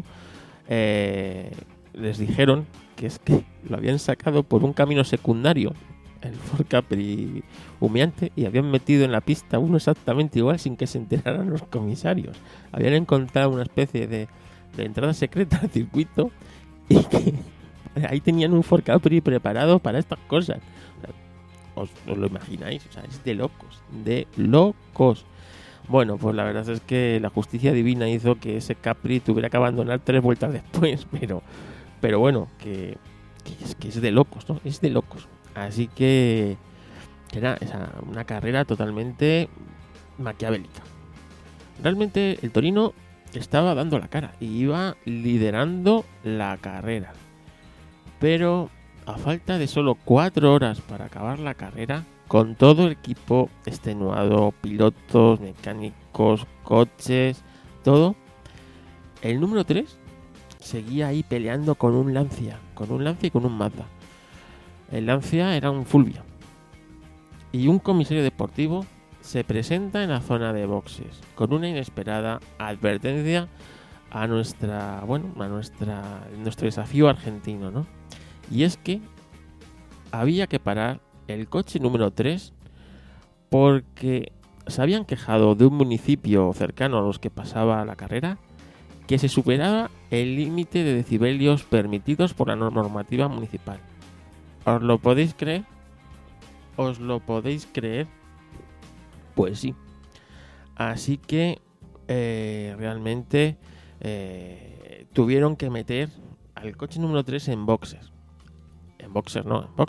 les dijeron que es que lo habían sacado por un camino secundario, el Ford Capri humeante, y habían metido en la pista uno exactamente igual sin que se enteraran los comisarios. Habían encontrado una especie de entrada secreta al circuito y que ahí tenían un Ford Capri preparado para estas cosas. ¿Os lo imagináis? O sea, es de locos, de locos. Bueno, pues la verdad es que la justicia divina hizo que ese Capri tuviera que abandonar 3 vueltas después, pero bueno, que es de locos, ¿no? Es de locos. Así que era una carrera totalmente maquiavélica. Realmente el Torino estaba dando la cara y iba liderando la carrera. Pero a falta de solo 4 horas para acabar la carrera, con todo el equipo extenuado, pilotos, mecánicos, coches, todo, el número 3 seguía ahí peleando con un Lancia y con un Mazda. El Lancia era un Fulvia. Y un comisario deportivo se presenta en la zona de boxes con una inesperada advertencia a nuestro desafío argentino, ¿no? Y es que había que parar el coche número 3 porque se habían quejado de un municipio cercano a los que pasaba la carrera que se superaba el límite de decibelios permitidos por la normativa municipal. ¿Os lo podéis creer? ¿Os lo podéis creer? Pues sí. Así que realmente tuvieron que meter al coche número 3 en boxes. En boxes.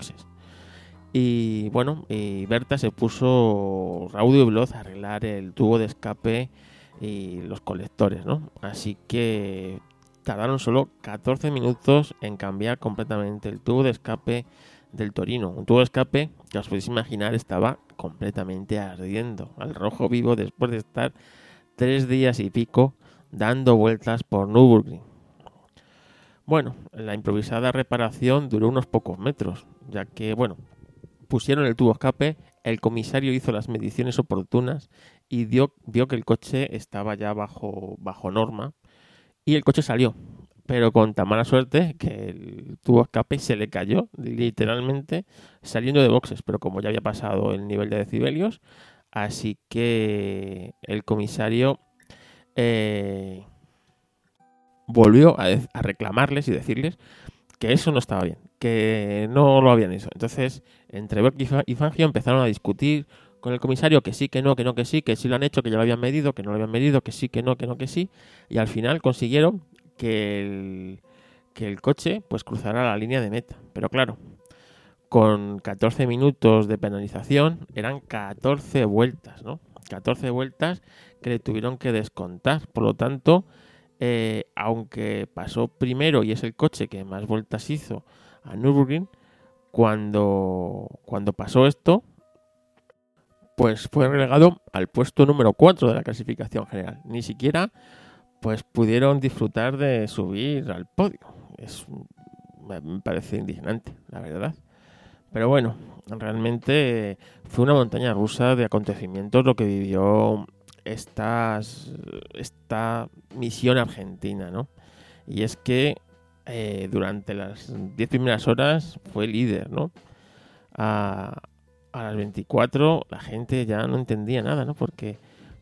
Y bueno, Berta se puso raudo y veloz a arreglar el tubo de escape y los colectores, ¿no? Así que tardaron solo 14 minutos en cambiar completamente el tubo de escape del Torino. Un tubo de escape que os podéis imaginar estaba completamente ardiendo al rojo vivo después de estar 3 días y pico dando vueltas por Nürburgring. Bueno, la improvisada reparación duró unos pocos metros, ya que, pusieron el tubo de escape, el comisario hizo las mediciones oportunas y vio que el coche estaba ya bajo norma y el coche salió. Pero con tan mala suerte que el tubo de escape se le cayó literalmente saliendo de boxes. Pero como ya había pasado el nivel de decibelios, así que el comisario volvió a reclamarles y decirles que eso no estaba bien, que no lo habían hecho. Entonces, entre Berg y Fangio empezaron a discutir con el comisario que sí, que no, que sí, que sí lo han hecho, que ya lo habían medido, que no lo habían medido, que sí, que no, que sí. Y al final consiguieron que el coche pues cruzara la línea de meta. Pero claro, con 14 minutos de penalización eran 14 vueltas, ¿no? 14 vueltas que le tuvieron que descontar. Por lo tanto, aunque pasó primero y es el coche que más vueltas hizo a Nürburgring, cuando pasó esto, pues fue relegado al puesto número 4 de la clasificación general. Ni siquiera pues pudieron disfrutar de subir al podio. Me parece indignante, la verdad. Pero bueno, realmente fue una montaña rusa de acontecimientos lo que vivió esta misión argentina, ¿no? Y es que durante las 10 primeras horas fue líder, ¿no? A las 24 la gente ya no entendía nada, ¿no? Porque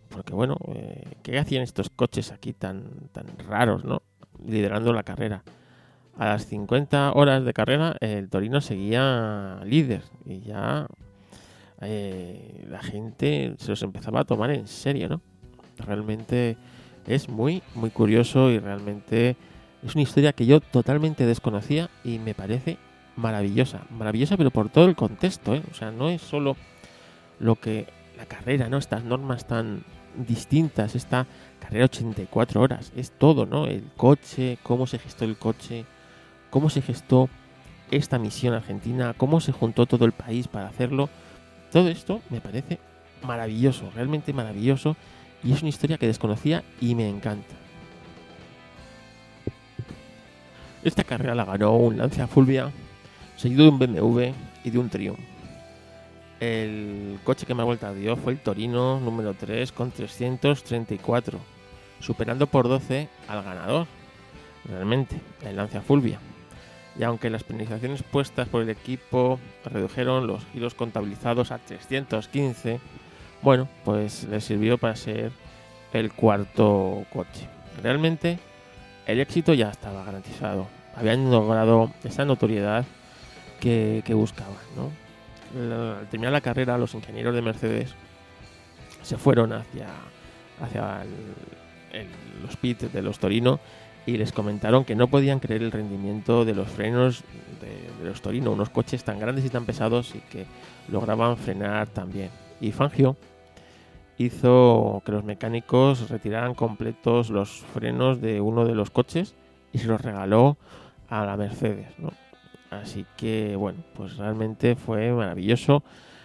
¿qué hacían estos coches aquí tan raros, ¿no? Liderando la carrera. A las 50 horas de carrera el Torino seguía líder y ya la gente se los empezaba a tomar en serio, ¿no? Realmente es muy, muy curioso y realmente es una historia que yo totalmente desconocía y me parece maravillosa, pero por todo el contexto, ¿eh? O sea, no es solo lo que la carrera, ¿no? Estas normas tan distintas, esta carrera 84 horas, es todo, ¿no? El coche, cómo se gestó el coche, cómo se gestó esta misión argentina, cómo se juntó todo el país para hacerlo. Todo esto me parece maravilloso, realmente maravilloso, y es una historia que desconocía y me encanta. Esta carrera la ganó un Lancia Fulvia, seguido de un BMW y de un Triumph. El coche que más vuelta dio fue el Torino número 3 con 334, superando por 12 al ganador, realmente, el Lancia Fulvia. Y aunque las penalizaciones puestas por el equipo redujeron los giros contabilizados a 315, bueno, pues les sirvió para ser el cuarto coche. Realmente el éxito ya estaba garantizado. Habían logrado esa notoriedad que buscaban, ¿no? Al terminar la carrera, los ingenieros de Mercedes se fueron hacia los pits de los Torino y les comentaron que no podían creer el rendimiento de los frenos de los Torino, unos coches tan grandes y tan pesados y que lograban frenar tan bien. Y Fangio hizo que los mecánicos retiraran completos los frenos de uno de los coches y se los regaló a la Mercedes, ¿no? Así que, bueno, pues realmente fue maravilloso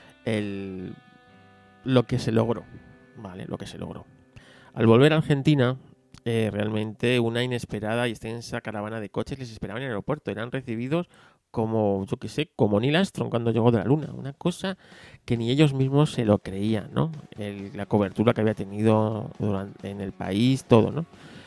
lo que se logró, ¿vale? Lo que se logró. Al volver a Argentina, realmente una inesperada y extensa caravana de coches les esperaba en el aeropuerto. Eran recibidos como, yo qué sé, como Neil Armstrong cuando llegó de la Luna. Una cosa que ni ellos mismos se lo creían, ¿no? La cobertura que había tenido en el país, todo, ¿no?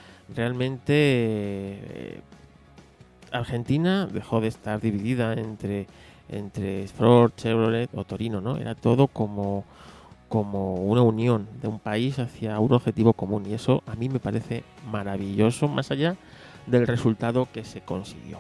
Realmente Argentina dejó de estar dividida entre Ford, Chevrolet o Torino, ¿no? Era todo como una unión de un país hacia un objetivo común, y eso a mí me parece maravilloso, más allá del resultado que se consiguió.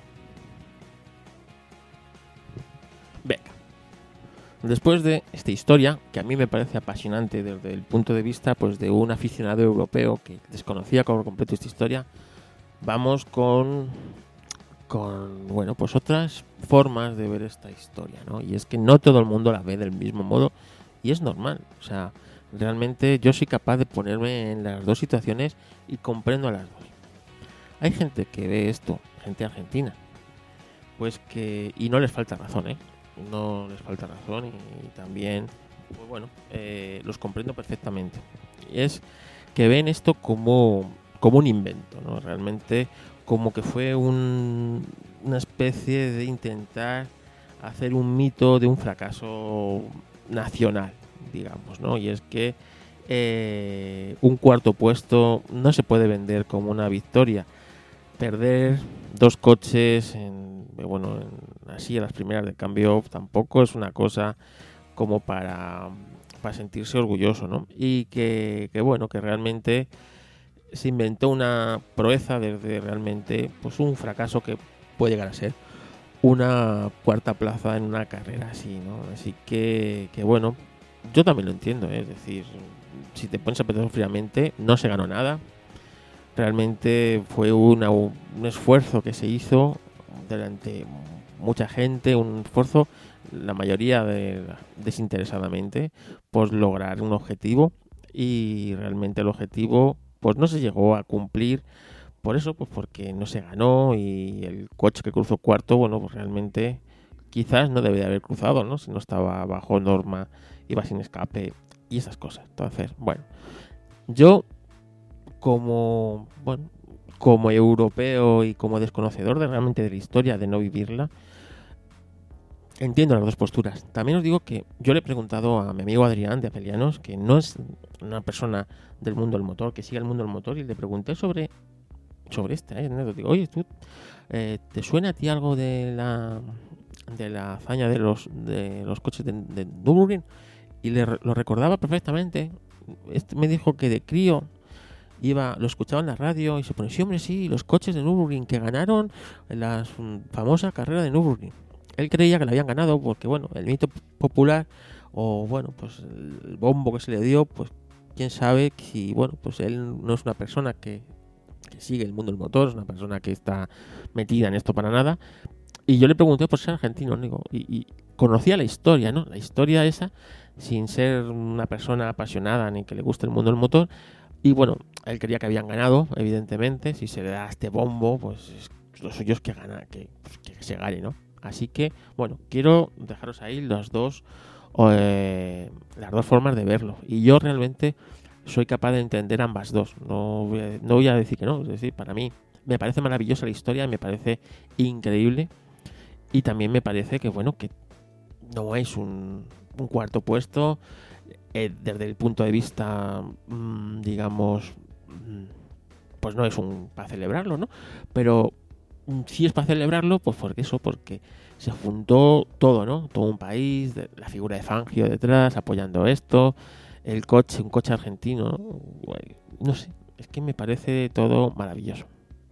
Venga, después de esta historia, que a mí me parece apasionante desde el punto de vista pues de un aficionado europeo que desconocía por completo esta historia, vamos con bueno, pues otras formas de ver esta historia, ¿no? Y es que no todo el mundo la ve del mismo modo y es normal. O sea, realmente yo soy capaz de ponerme en las dos situaciones y comprendo a las dos. hay gente que ve esto, gente argentina, pues y no les falta razón, no les falta razón y también, pues bueno, los comprendo perfectamente. Y es que ven esto como un invento, ¿no? Realmente como que fue una especie de intentar hacer un mito de un fracaso nacional, digamos, ¿no? Y es que un cuarto puesto no se puede vender como una victoria. Perder 2 coches así a las primeras de cambio tampoco es una cosa como para sentirse orgulloso, ¿no? Y que bueno, que realmente se inventó una proeza desde realmente pues un fracaso que puede llegar a ser una cuarta plaza en una carrera así, ¿no? Así que bueno, yo también lo entiendo, es decir, si te pones a pensar fríamente, no se ganó nada. Realmente fue un esfuerzo que se hizo delante mucha gente, un esfuerzo, la mayoría desinteresadamente, por lograr un objetivo, y realmente el objetivo pues no se llegó a cumplir. Por eso, pues porque no se ganó, y el coche que cruzó cuarto, bueno, pues realmente quizás no debería haber cruzado, ¿no? Si no estaba bajo norma, iba sin escape y esas cosas. Entonces, bueno, yo como europeo y como desconocedor realmente de la historia, de no vivirla, entiendo las dos posturas. También os digo que yo le he preguntado a mi amigo Adrián de Apelianos, que no es una persona del mundo del motor, que sigue el mundo del motor, y le pregunté sobre esta anécdota. Digo, oye, ¿tú te suena a ti algo de la hazaña de los coches de Nürburgring? Y lo recordaba perfectamente. Me dijo que de crío lo escuchaba en la radio y se ponía, sí, hombre, sí, los coches de Nürburgring que ganaron en la famosa carrera de Nürburgring. Él creía que la habían ganado porque, bueno, el mito popular, o bueno, pues el bombo que se le dio, pues quién sabe si, bueno, pues él no es una persona que sigue el mundo del motor, es una persona que está metida en esto para nada. Y yo le pregunté por ser argentino, digo, y conocía la historia, ¿no? La historia esa, sin ser una persona apasionada ni que le guste el mundo del motor. Y bueno, él creía que habían ganado, evidentemente. Si se le da este bombo, pues lo suyo es que se gane, ¿no? Así que, bueno, quiero dejaros ahí las dos formas de verlo. Y yo realmente soy capaz de entender ambas dos. No voy a decir que no. Es decir, para mí me parece maravillosa la historia, me parece increíble. Y también me parece que, bueno, que no es un cuarto puesto desde el punto de vista, digamos, pues no es para celebrarlo, ¿no? Pero sí es para celebrarlo, pues porque se juntó todo, ¿no? Todo un país, la figura de Fangio detrás, apoyando esto, un coche argentino, ¿no? No sé, es que me parece todo maravilloso.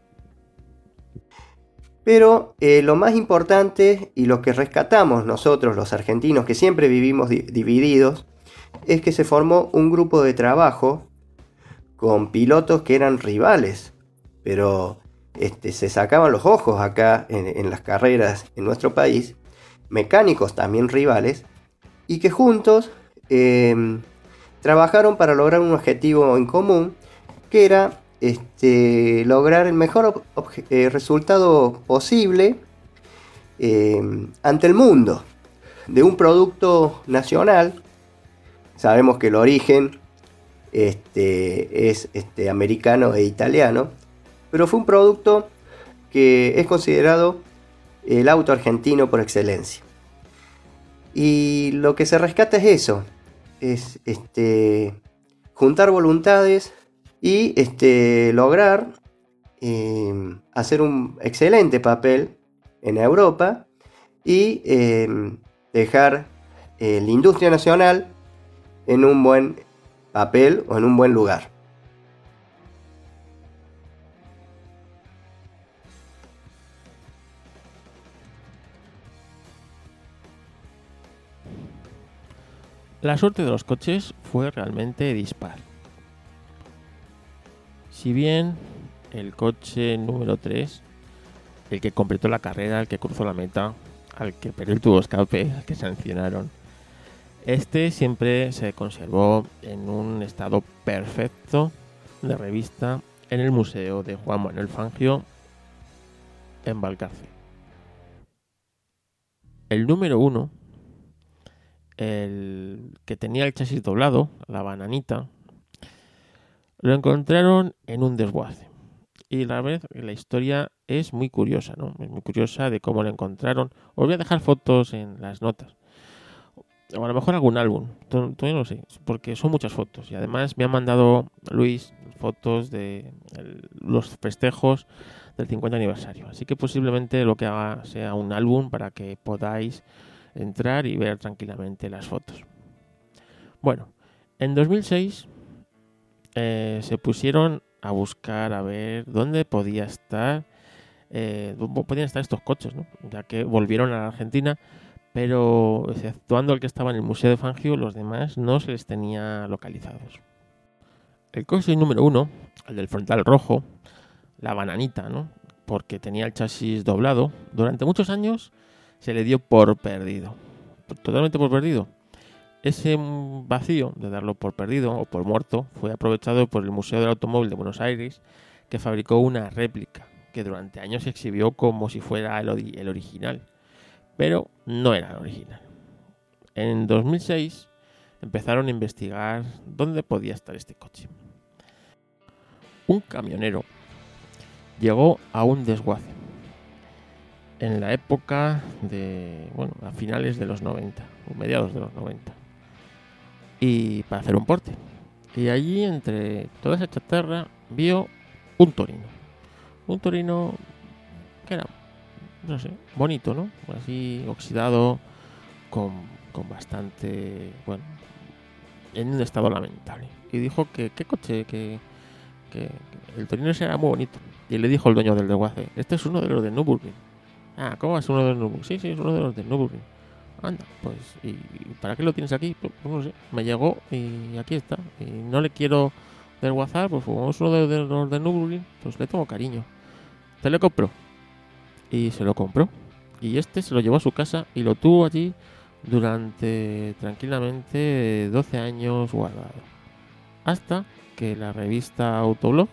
Pero lo más importante y lo que rescatamos nosotros los argentinos, que siempre vivimos divididos, es que se formó un grupo de trabajo con pilotos que eran rivales, pero se sacaban los ojos acá en las carreras en nuestro país, mecánicos también rivales, y que juntos trabajaron para lograr un objetivo en común, que era lograr el mejor resultado posible ante el mundo de un producto nacional. Sabemos que el origen es americano e italiano, pero fue un producto que es considerado el auto argentino por excelencia. Y lo que se rescata es eso, es juntar voluntades y lograr hacer un excelente papel en Europa y dejar la industria nacional en un buen papel o en un buen lugar. La suerte de los coches fue realmente dispar. Si bien el coche número 3, el que completó la carrera, el que cruzó la meta, al que perdió el tubo de escape, al que sancionaron, siempre se conservó en un estado perfecto de revista en el Museo de Juan Manuel Fangio en Valcarce. El número 1, el que tenía el chasis doblado, la bananita, lo encontraron en un desguace. Y la historia es muy curiosa, ¿no? Es muy curiosa de cómo lo encontraron. Os voy a dejar fotos en las notas. O a lo mejor algún álbum. Todavía no sé, porque son muchas fotos. Y además me ha mandado Luis fotos de los festejos del 50 aniversario. Así que posiblemente lo que haga sea un álbum para que podáis entrar y ver tranquilamente las fotos. Bueno, en 2006 se pusieron a buscar a ver dónde podían estar estos coches, ¿no? Ya que volvieron a la Argentina, pero exceptuando el que estaba en el Museo de Fangio, los demás no se les tenía localizados. El coche número 1, el del frontal rojo, la bananita, ¿no? Porque tenía el chasis doblado, durante muchos años se le dio por perdido, totalmente por perdido. Ese vacío de darlo por perdido o por muerto fue aprovechado por el Museo del Automóvil de Buenos Aires, que fabricó una réplica que durante años se exhibió como si fuera el original, pero no era el original. En 2006 empezaron a investigar dónde podía estar este coche. Un camionero llegó a un desguace en la época a finales de los 90, o mediados de los 90. Y para hacer un porte. Y allí, entre toda esa chatarra, vio un Torino. Un Torino que era, no sé, bonito, ¿no? Así oxidado, con bastante, en un estado lamentable. Y dijo que qué coche, que el Torino ese era muy bonito. Y le dijo el dueño del desguace, este es uno de los de Nürburgring. Ah, ¿cómo es uno de los de Nürburgring? Sí, es uno de los de Nürburgring. Anda, pues, ¿y para qué lo tienes aquí? Pues no sé, me llegó y aquí está. Y no le quiero desguazar, pues como es uno de los de Nürburgring, pues le tengo cariño. Te lo compró. Y se lo compró. Y se lo llevó a su casa y lo tuvo allí durante tranquilamente 12 años guardado. Hasta que la revista Autoblog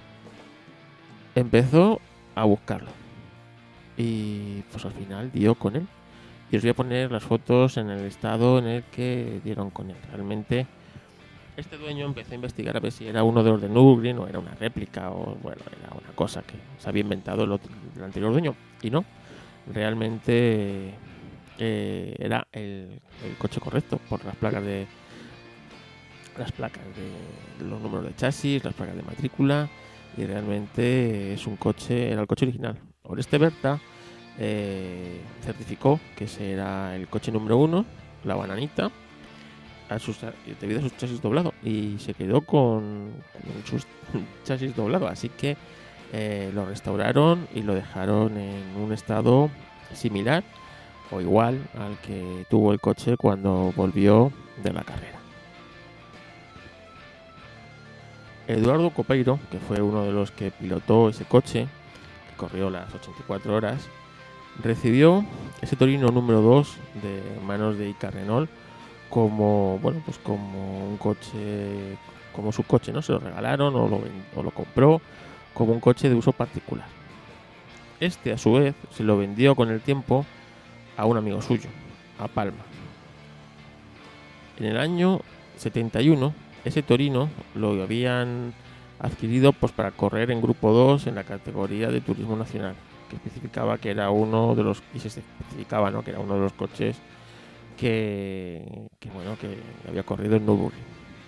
empezó a buscarlo. Y pues al final dio con él. Y os voy a poner las fotos en el estado en el que dieron con él. Realmente, este dueño empezó a investigar a ver si era uno de los de Nürburgring o era una réplica o, era una cosa que se había inventado el anterior dueño. Y no, realmente era el coche correcto por las placas de los números de chasis, las placas de matrícula. Y realmente era el coche original. Oreste Berta certificó que ese era el coche número 1, la bananita, debido a sus chasis doblados, y se quedó con sus chasis doblados, así que lo restauraron y lo dejaron en un estado similar o igual al que tuvo el coche cuando volvió de la carrera. Eduardo Copeiro, que fue uno de los que pilotó ese coche, que corrió las 84 horas, recibió ese Torino número 2 de manos de Ica Renault como un coche, como su coche, ¿no? Se lo regalaron o lo compró como un coche de uso particular. A su vez, se lo vendió con el tiempo a un amigo suyo, a Palma. En el año 71, ese Torino lo habían adquirido para correr en Grupo 2 en la categoría de Turismo Nacional, que especificaba que era uno de los que era uno de los coches que había corrido en Nürburgring.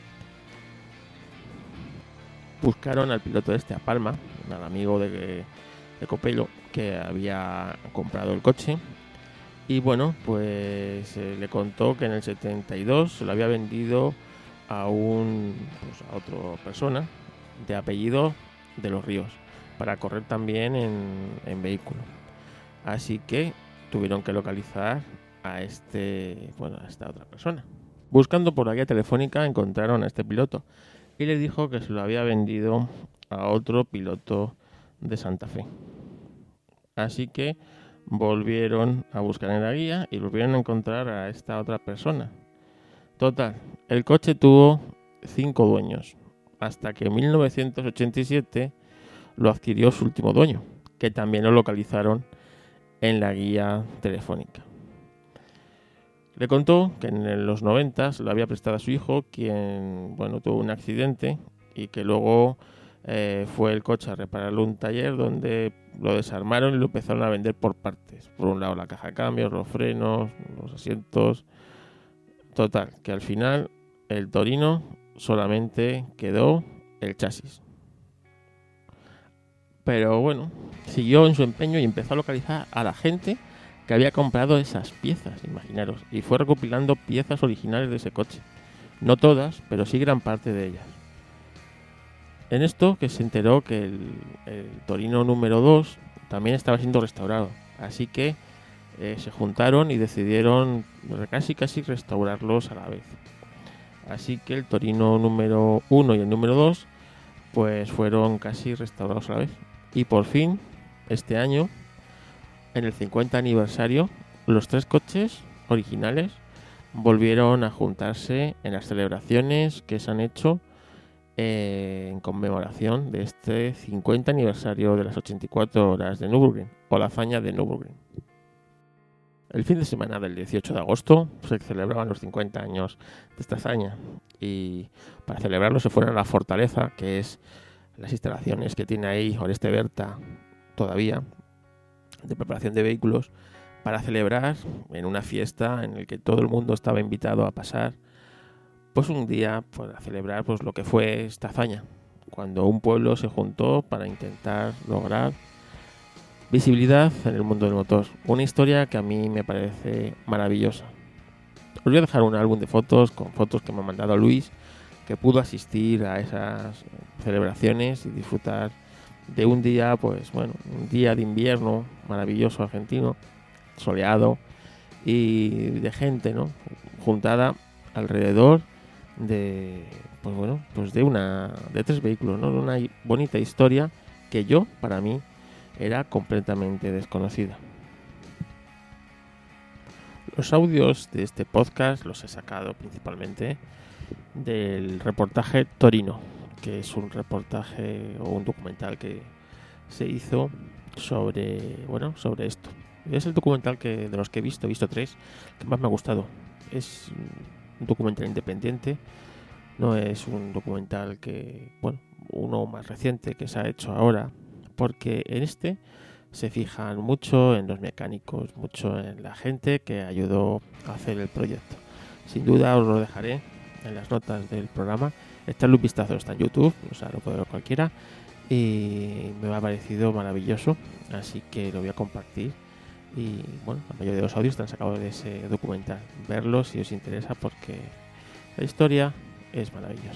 Buscaron al piloto a Palma, al amigo de Copeiro, que había comprado el coche, y le contó que en el 72 se lo había vendido a otra persona de apellido de los Ríos para correr también en vehículo. Así que tuvieron que localizar a esta otra persona. Buscando por la guía telefónica encontraron a este piloto y le dijo que se lo había vendido a otro piloto de Santa Fe. Así que volvieron a buscar en la guía y volvieron a encontrar a esta otra persona. Total, el coche tuvo 5 dueños, hasta que en 1987 lo adquirió su último dueño, que también lo localizaron en la guía telefónica. Le contó que en los 90 se lo había prestado a su hijo, quien tuvo un accidente y que luego fue el coche a repararlo en un taller donde lo desarmaron y lo empezaron a vender por partes. Por un lado la caja de cambios, los frenos, los asientos. Total, que al final el Torino solamente quedó el chasis. Pero bueno, siguió en su empeño y empezó a localizar a la gente que había comprado esas piezas, imaginaros, y fue recopilando piezas originales de ese coche. No todas, pero sí gran parte de ellas. En esto que se enteró que el Torino número 2 también estaba siendo restaurado, así que se juntaron y decidieron casi restaurarlos a la vez. Así que el Torino número 1 y el número 2 pues fueron casi restaurados a la vez. Y por fin, este año, en el 50 aniversario, los 3 coches originales volvieron a juntarse en las celebraciones que se han hecho en conmemoración de este 50 aniversario de las 84 horas de Nürburgring, o la hazaña de Nürburgring. El fin de semana del 18 de agosto se celebraban los 50 años de esta hazaña, y para celebrarlo se fueron a la fortaleza, que es las instalaciones que tiene ahí Oreste Berta todavía, de preparación de vehículos, para celebrar en una fiesta en la que todo el mundo estaba invitado a pasar pues un día para celebrar pues lo que fue esta hazaña, cuando un pueblo se juntó para intentar lograr visibilidad en el mundo del motor. Una historia que a mí me parece maravillosa. Os voy a dejar un álbum de fotos con fotos que me ha mandado Luis, que pudo asistir a esas celebraciones y disfrutar de un día, un día de invierno maravilloso argentino, soleado, y de gente, juntada alrededor de de 3 vehículos, de una bonita historia que para mí era completamente desconocida. Los audios de este podcast los he sacado principalmente del reportaje Torino, que es un reportaje o un documental que se hizo sobre esto. Es el documental de los que he visto 3, que más me ha gustado. Es un documental independiente, no es un documental uno más reciente que se ha hecho ahora, porque en este se fijan mucho en los mecánicos, mucho en la gente que ayudó a hacer el proyecto. Sin duda os lo dejaré en las notas del programa. Echarle un vistazo, está en YouTube, lo puede ver cualquiera, y me ha parecido maravilloso, así que lo voy a compartir. Y la mayoría de los audios están sacados de ese documental. Verlos si os interesa, porque la historia es maravillosa.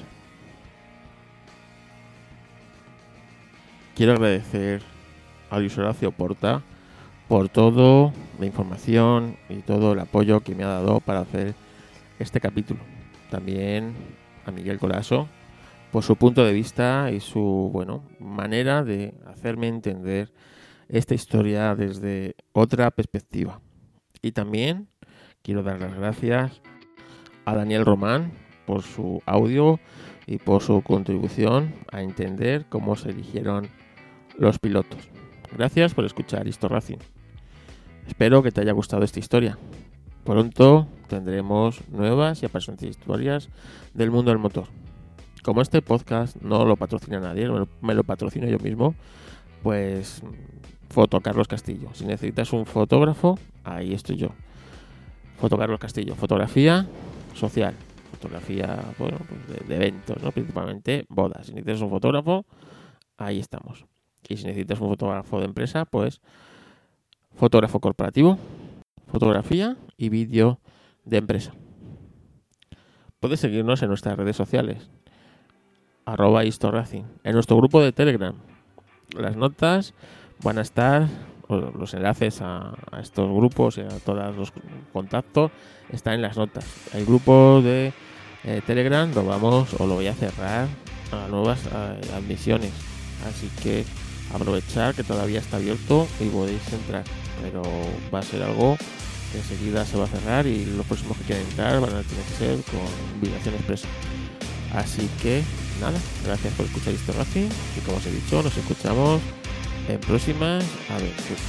Quiero agradecer a Luis Horacio Porta por toda la información y todo el apoyo que me ha dado para hacer este capítulo. También a Miguel Colasso por su punto de vista y su manera de hacerme entender esta historia desde otra perspectiva. Y también quiero dar las gracias a Daniel Román por su audio y por su contribución a entender cómo se eligieron los pilotos. Gracias por escuchar Histo Racing. Espero que te haya gustado esta historia. Pronto tendremos nuevas y apasionantes historias del mundo del motor. Como este podcast no lo patrocina nadie, me lo patrocino yo mismo, pues Foto Carlos Castillo. Si necesitas un fotógrafo, ahí estoy yo. Foto Carlos Castillo. Fotografía social. Fotografía de eventos, principalmente bodas. Si necesitas un fotógrafo, ahí estamos. Y si necesitas un fotógrafo de empresa, pues fotógrafo corporativo, fotografía y vídeo de empresa. Puedes seguirnos en nuestras redes sociales, @HistoRacing, en nuestro grupo de Telegram. Las notas van a estar, los enlaces a estos grupos y a todos los contactos están en las notas. El grupo de Telegram lo voy a cerrar a nuevas admisiones, así que aprovechar que todavía está abierto y podéis entrar, pero va a ser algo que enseguida se va a cerrar y los próximos que quieran entrar van a tener que ser con invitación expresa. Así que nada, gracias por escuchar Histo Racing y como os he dicho, nos escuchamos en próximas aventuras.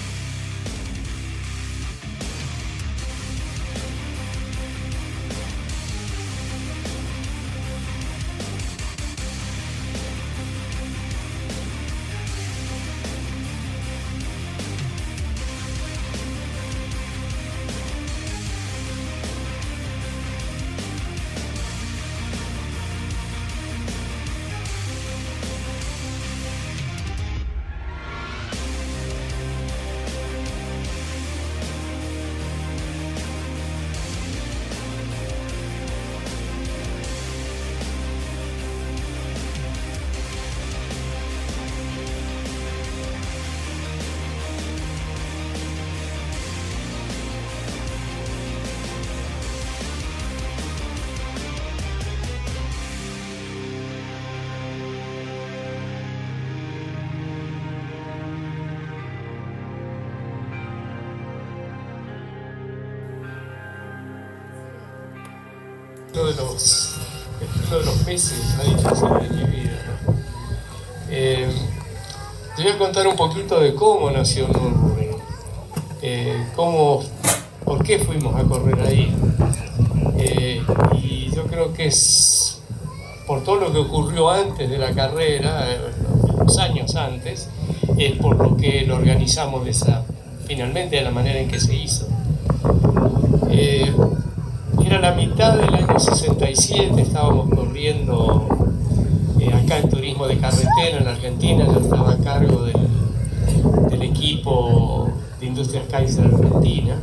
Uno de los meses más difíciles de mi vida, ¿no? Te voy a contar un poquito de cómo nació Nürburgring, por qué fuimos a correr ahí, y yo creo que es por todo lo que ocurrió antes de la carrera, los años antes, es por lo que lo organizamos finalmente de la manera en que se hizo. Era la mitad del año 67, estábamos corriendo acá en turismo de carretera en la Argentina. Yo estaba a cargo del equipo de Industrias Kaiser Argentina,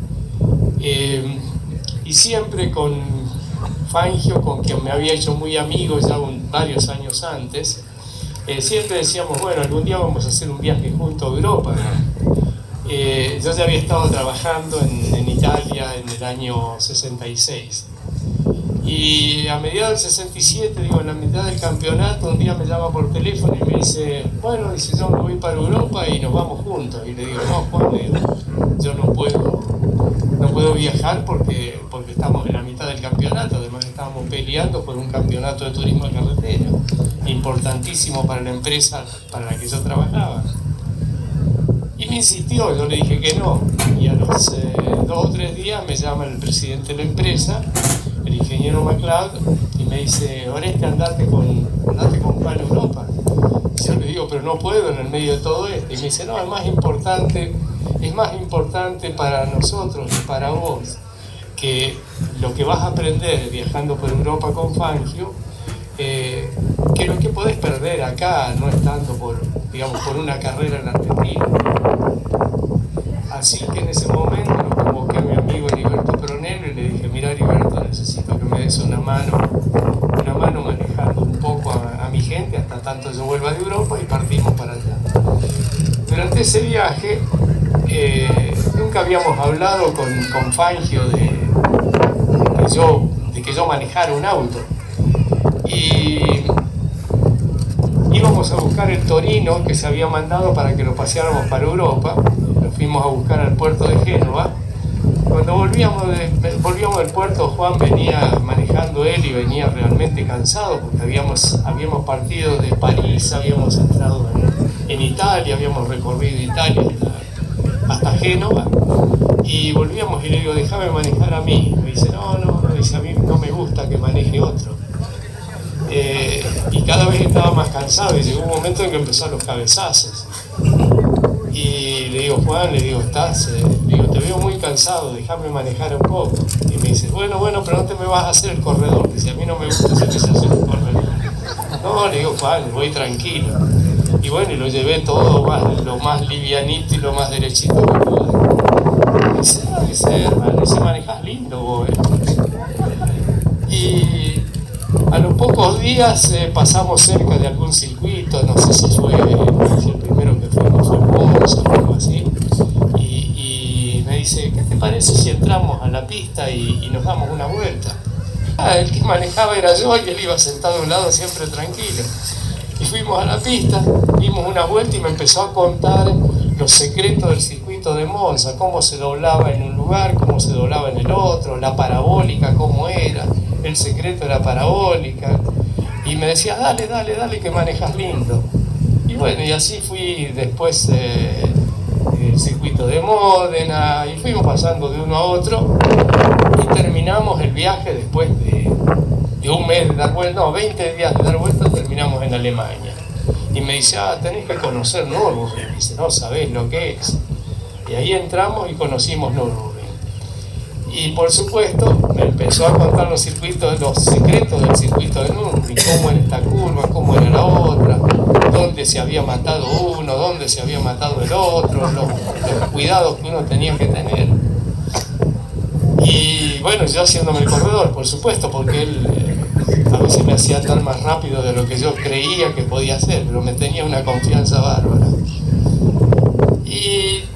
y siempre con Fangio, con quien me había hecho muy amigo ya varios años antes, siempre decíamos, bueno, algún día vamos a hacer un viaje juntos a Europa. Yo ya había estado trabajando en Italia en el año 66, y a mediados del 67, en la mitad del campeonato, un día me llama por teléfono y me dice, bueno, dice, yo me voy para Europa y nos vamos juntos. Y le digo, no, Juan, yo no puedo viajar porque estamos en la mitad del campeonato. Además estábamos peleando por un campeonato de turismo de carretera importantísimo para la empresa para la que yo trabajaba. Y me insistió, yo le dije que no, y a los 2 o 3 días me llama el presidente de la empresa, el ingeniero MacLeod, y me dice, Oreste, andate con Juan a Europa. Y yo le digo, pero no puedo en el medio de todo esto. Y me dice, no, es más importante para nosotros y para vos que lo que vas a aprender viajando por Europa con Fangio, que lo que podés perder acá no estando por una carrera en Argentina. Así que en ese momento lo convoqué a mi amigo Heriberto Pronello y le dije, mira, Heriberto, necesito que me des una mano manejando un poco a mi gente hasta tanto yo vuelva de Europa, y partimos para allá. Durante ese viaje nunca habíamos hablado con Fangio de que yo manejara un auto, y íbamos a buscar el Torino que se había mandado para que lo paseáramos para Europa. Lo fuimos a buscar al puerto de Génova. Cuando volvíamos del puerto, Juan venía manejando él y venía realmente cansado porque habíamos partido de París, habíamos entrado en Italia, habíamos recorrido Italia hasta Génova, y volvíamos y le digo, déjame manejar a mí. Me dice, no, dice, a mí no me gusta que maneje otro. Y cada vez estaba más cansado, y llegó un momento en que empezó los cabezazos. Y le digo, Juan, te veo muy cansado, déjame manejar un poco. Y me dice, bueno, pero no te me vas a hacer el corredor. Dice, a mí no me gusta hacer que se hace el corredor. No, le digo, Juan, voy tranquilo. Y bueno, y lo llevé todo lo más livianito y lo más derechito que pude. Dice, hermano, dice, manejas lindo vos, Y a los pocos días pasamos cerca de algún circuito, no sé si el primero que fuimos fue Monza o algo así, y me dice, ¿qué te parece si entramos a la pista y nos damos una vuelta? El que manejaba era yo, y él iba sentado a un lado siempre tranquilo. Y fuimos a la pista, dimos una vuelta y me empezó a contar los secretos del circuito de Monza, cómo se doblaba en un lugar, cómo se doblaba en el otro, la parabólica, cómo era, el secreto de la parabólica, y me decía, dale, que manejas lindo. Y bueno, y así fui después el circuito de Módena, y fuimos pasando de uno a otro, y terminamos el viaje después de un mes de dar vuelta, no, 20 días de dar vuelta, terminamos en Alemania. Y me dice, tenés que conocer Nürburgring. Y dice, no sabés lo que es. Y ahí entramos y conocimos Nürburgring. Y por supuesto me empezó a contar los secretos del circuito de Nürburgring, cómo era esta curva, cómo era la otra, dónde se había matado uno, dónde se había matado el otro, los cuidados que uno tenía que tener. Y bueno, yo haciéndome el corredor, por supuesto, porque él a veces me hacía andar más rápido de lo que yo creía que podía hacer, pero me tenía una confianza bárbara. Y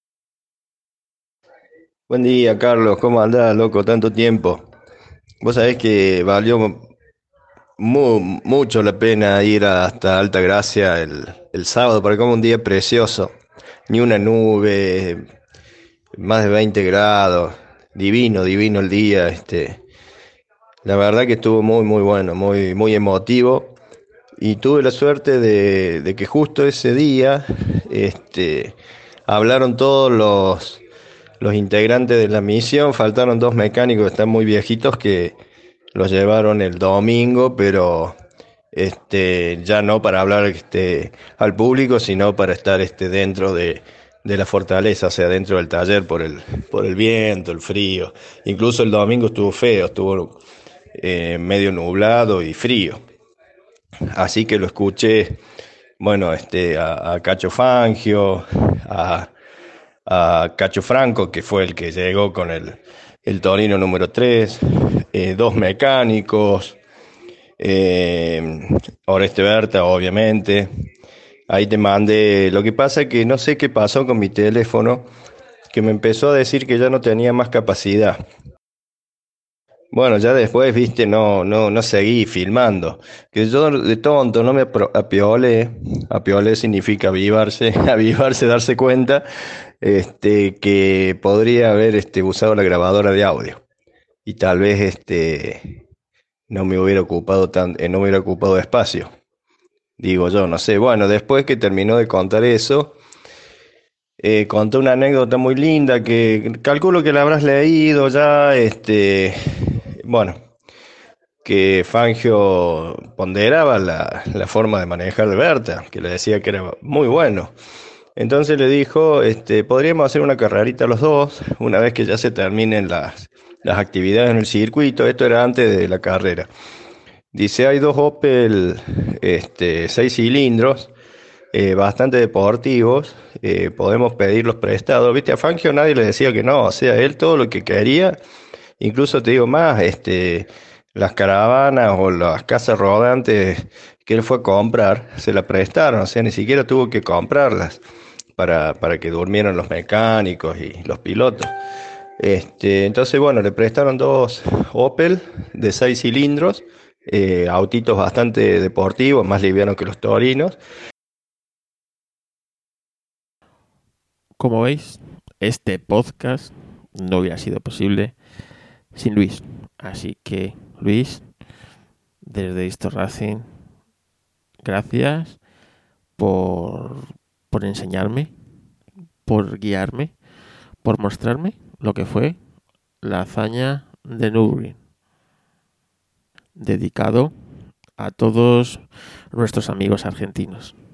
Buen día, Carlos. ¿Cómo andás, loco? Tanto tiempo. Vos sabés que valió mucho la pena ir hasta Altagracia el sábado, porque como un día precioso. Ni una nube, más de 20 grados. Divino el día. La verdad que estuvo muy bueno, muy emotivo. Y tuve la suerte de que justo ese día hablaron todos los integrantes de la misión. Faltaron 2 mecánicos que están muy viejitos que los llevaron el domingo, pero ya no para hablar al público, sino para estar dentro de la fortaleza, o sea, dentro del taller por el viento, el frío. Incluso el domingo estuvo feo, estuvo medio nublado y frío. Así que lo escuché, bueno, a Cacho Fangio, a Cacho Franco, que fue el que llegó con el Torino número 3, 2 mecánicos, Oreste Berta, obviamente. Ahí te mandé. Lo que pasa es que no sé qué pasó con mi teléfono, que me empezó a decir que ya no tenía más capacidad. Bueno, ya después, viste, no seguí filmando. Que yo de tonto no me apiolé. Apiolé significa avivarse, darse cuenta que podría haber usado la grabadora de audio. Y tal vez no me hubiera ocupado espacio. Digo yo, no sé. Bueno, después que terminó de contar eso, contó una anécdota muy linda que calculo que la habrás leído ya, bueno, que Fangio ponderaba la forma de manejar de Berta, que le decía que era muy bueno. Entonces le dijo, podríamos hacer una carrerita los dos, una vez que ya se terminen las actividades en el circuito. Esto era antes de la carrera. Dice, hay 2 Opel 6 cilindros, bastante deportivos, podemos pedirlos prestados. Viste, a Fangio nadie le decía que no, o sea, él todo lo que quería. Incluso te digo más, las caravanas o las casas rodantes que él fue a comprar, se la prestaron, o sea, ni siquiera tuvo que comprarlas para que durmieran los mecánicos y los pilotos. Entonces, bueno, le prestaron 2 Opel de 6 cilindros, autitos bastante deportivos, más livianos que los Torinos. Como veis, este podcast no hubiera sido posible sin Luis. Así que, Luis, desde Histo Racing, gracias por enseñarme, por guiarme, por mostrarme lo que fue la hazaña de Nürburgring. Dedicado a todos nuestros amigos argentinos.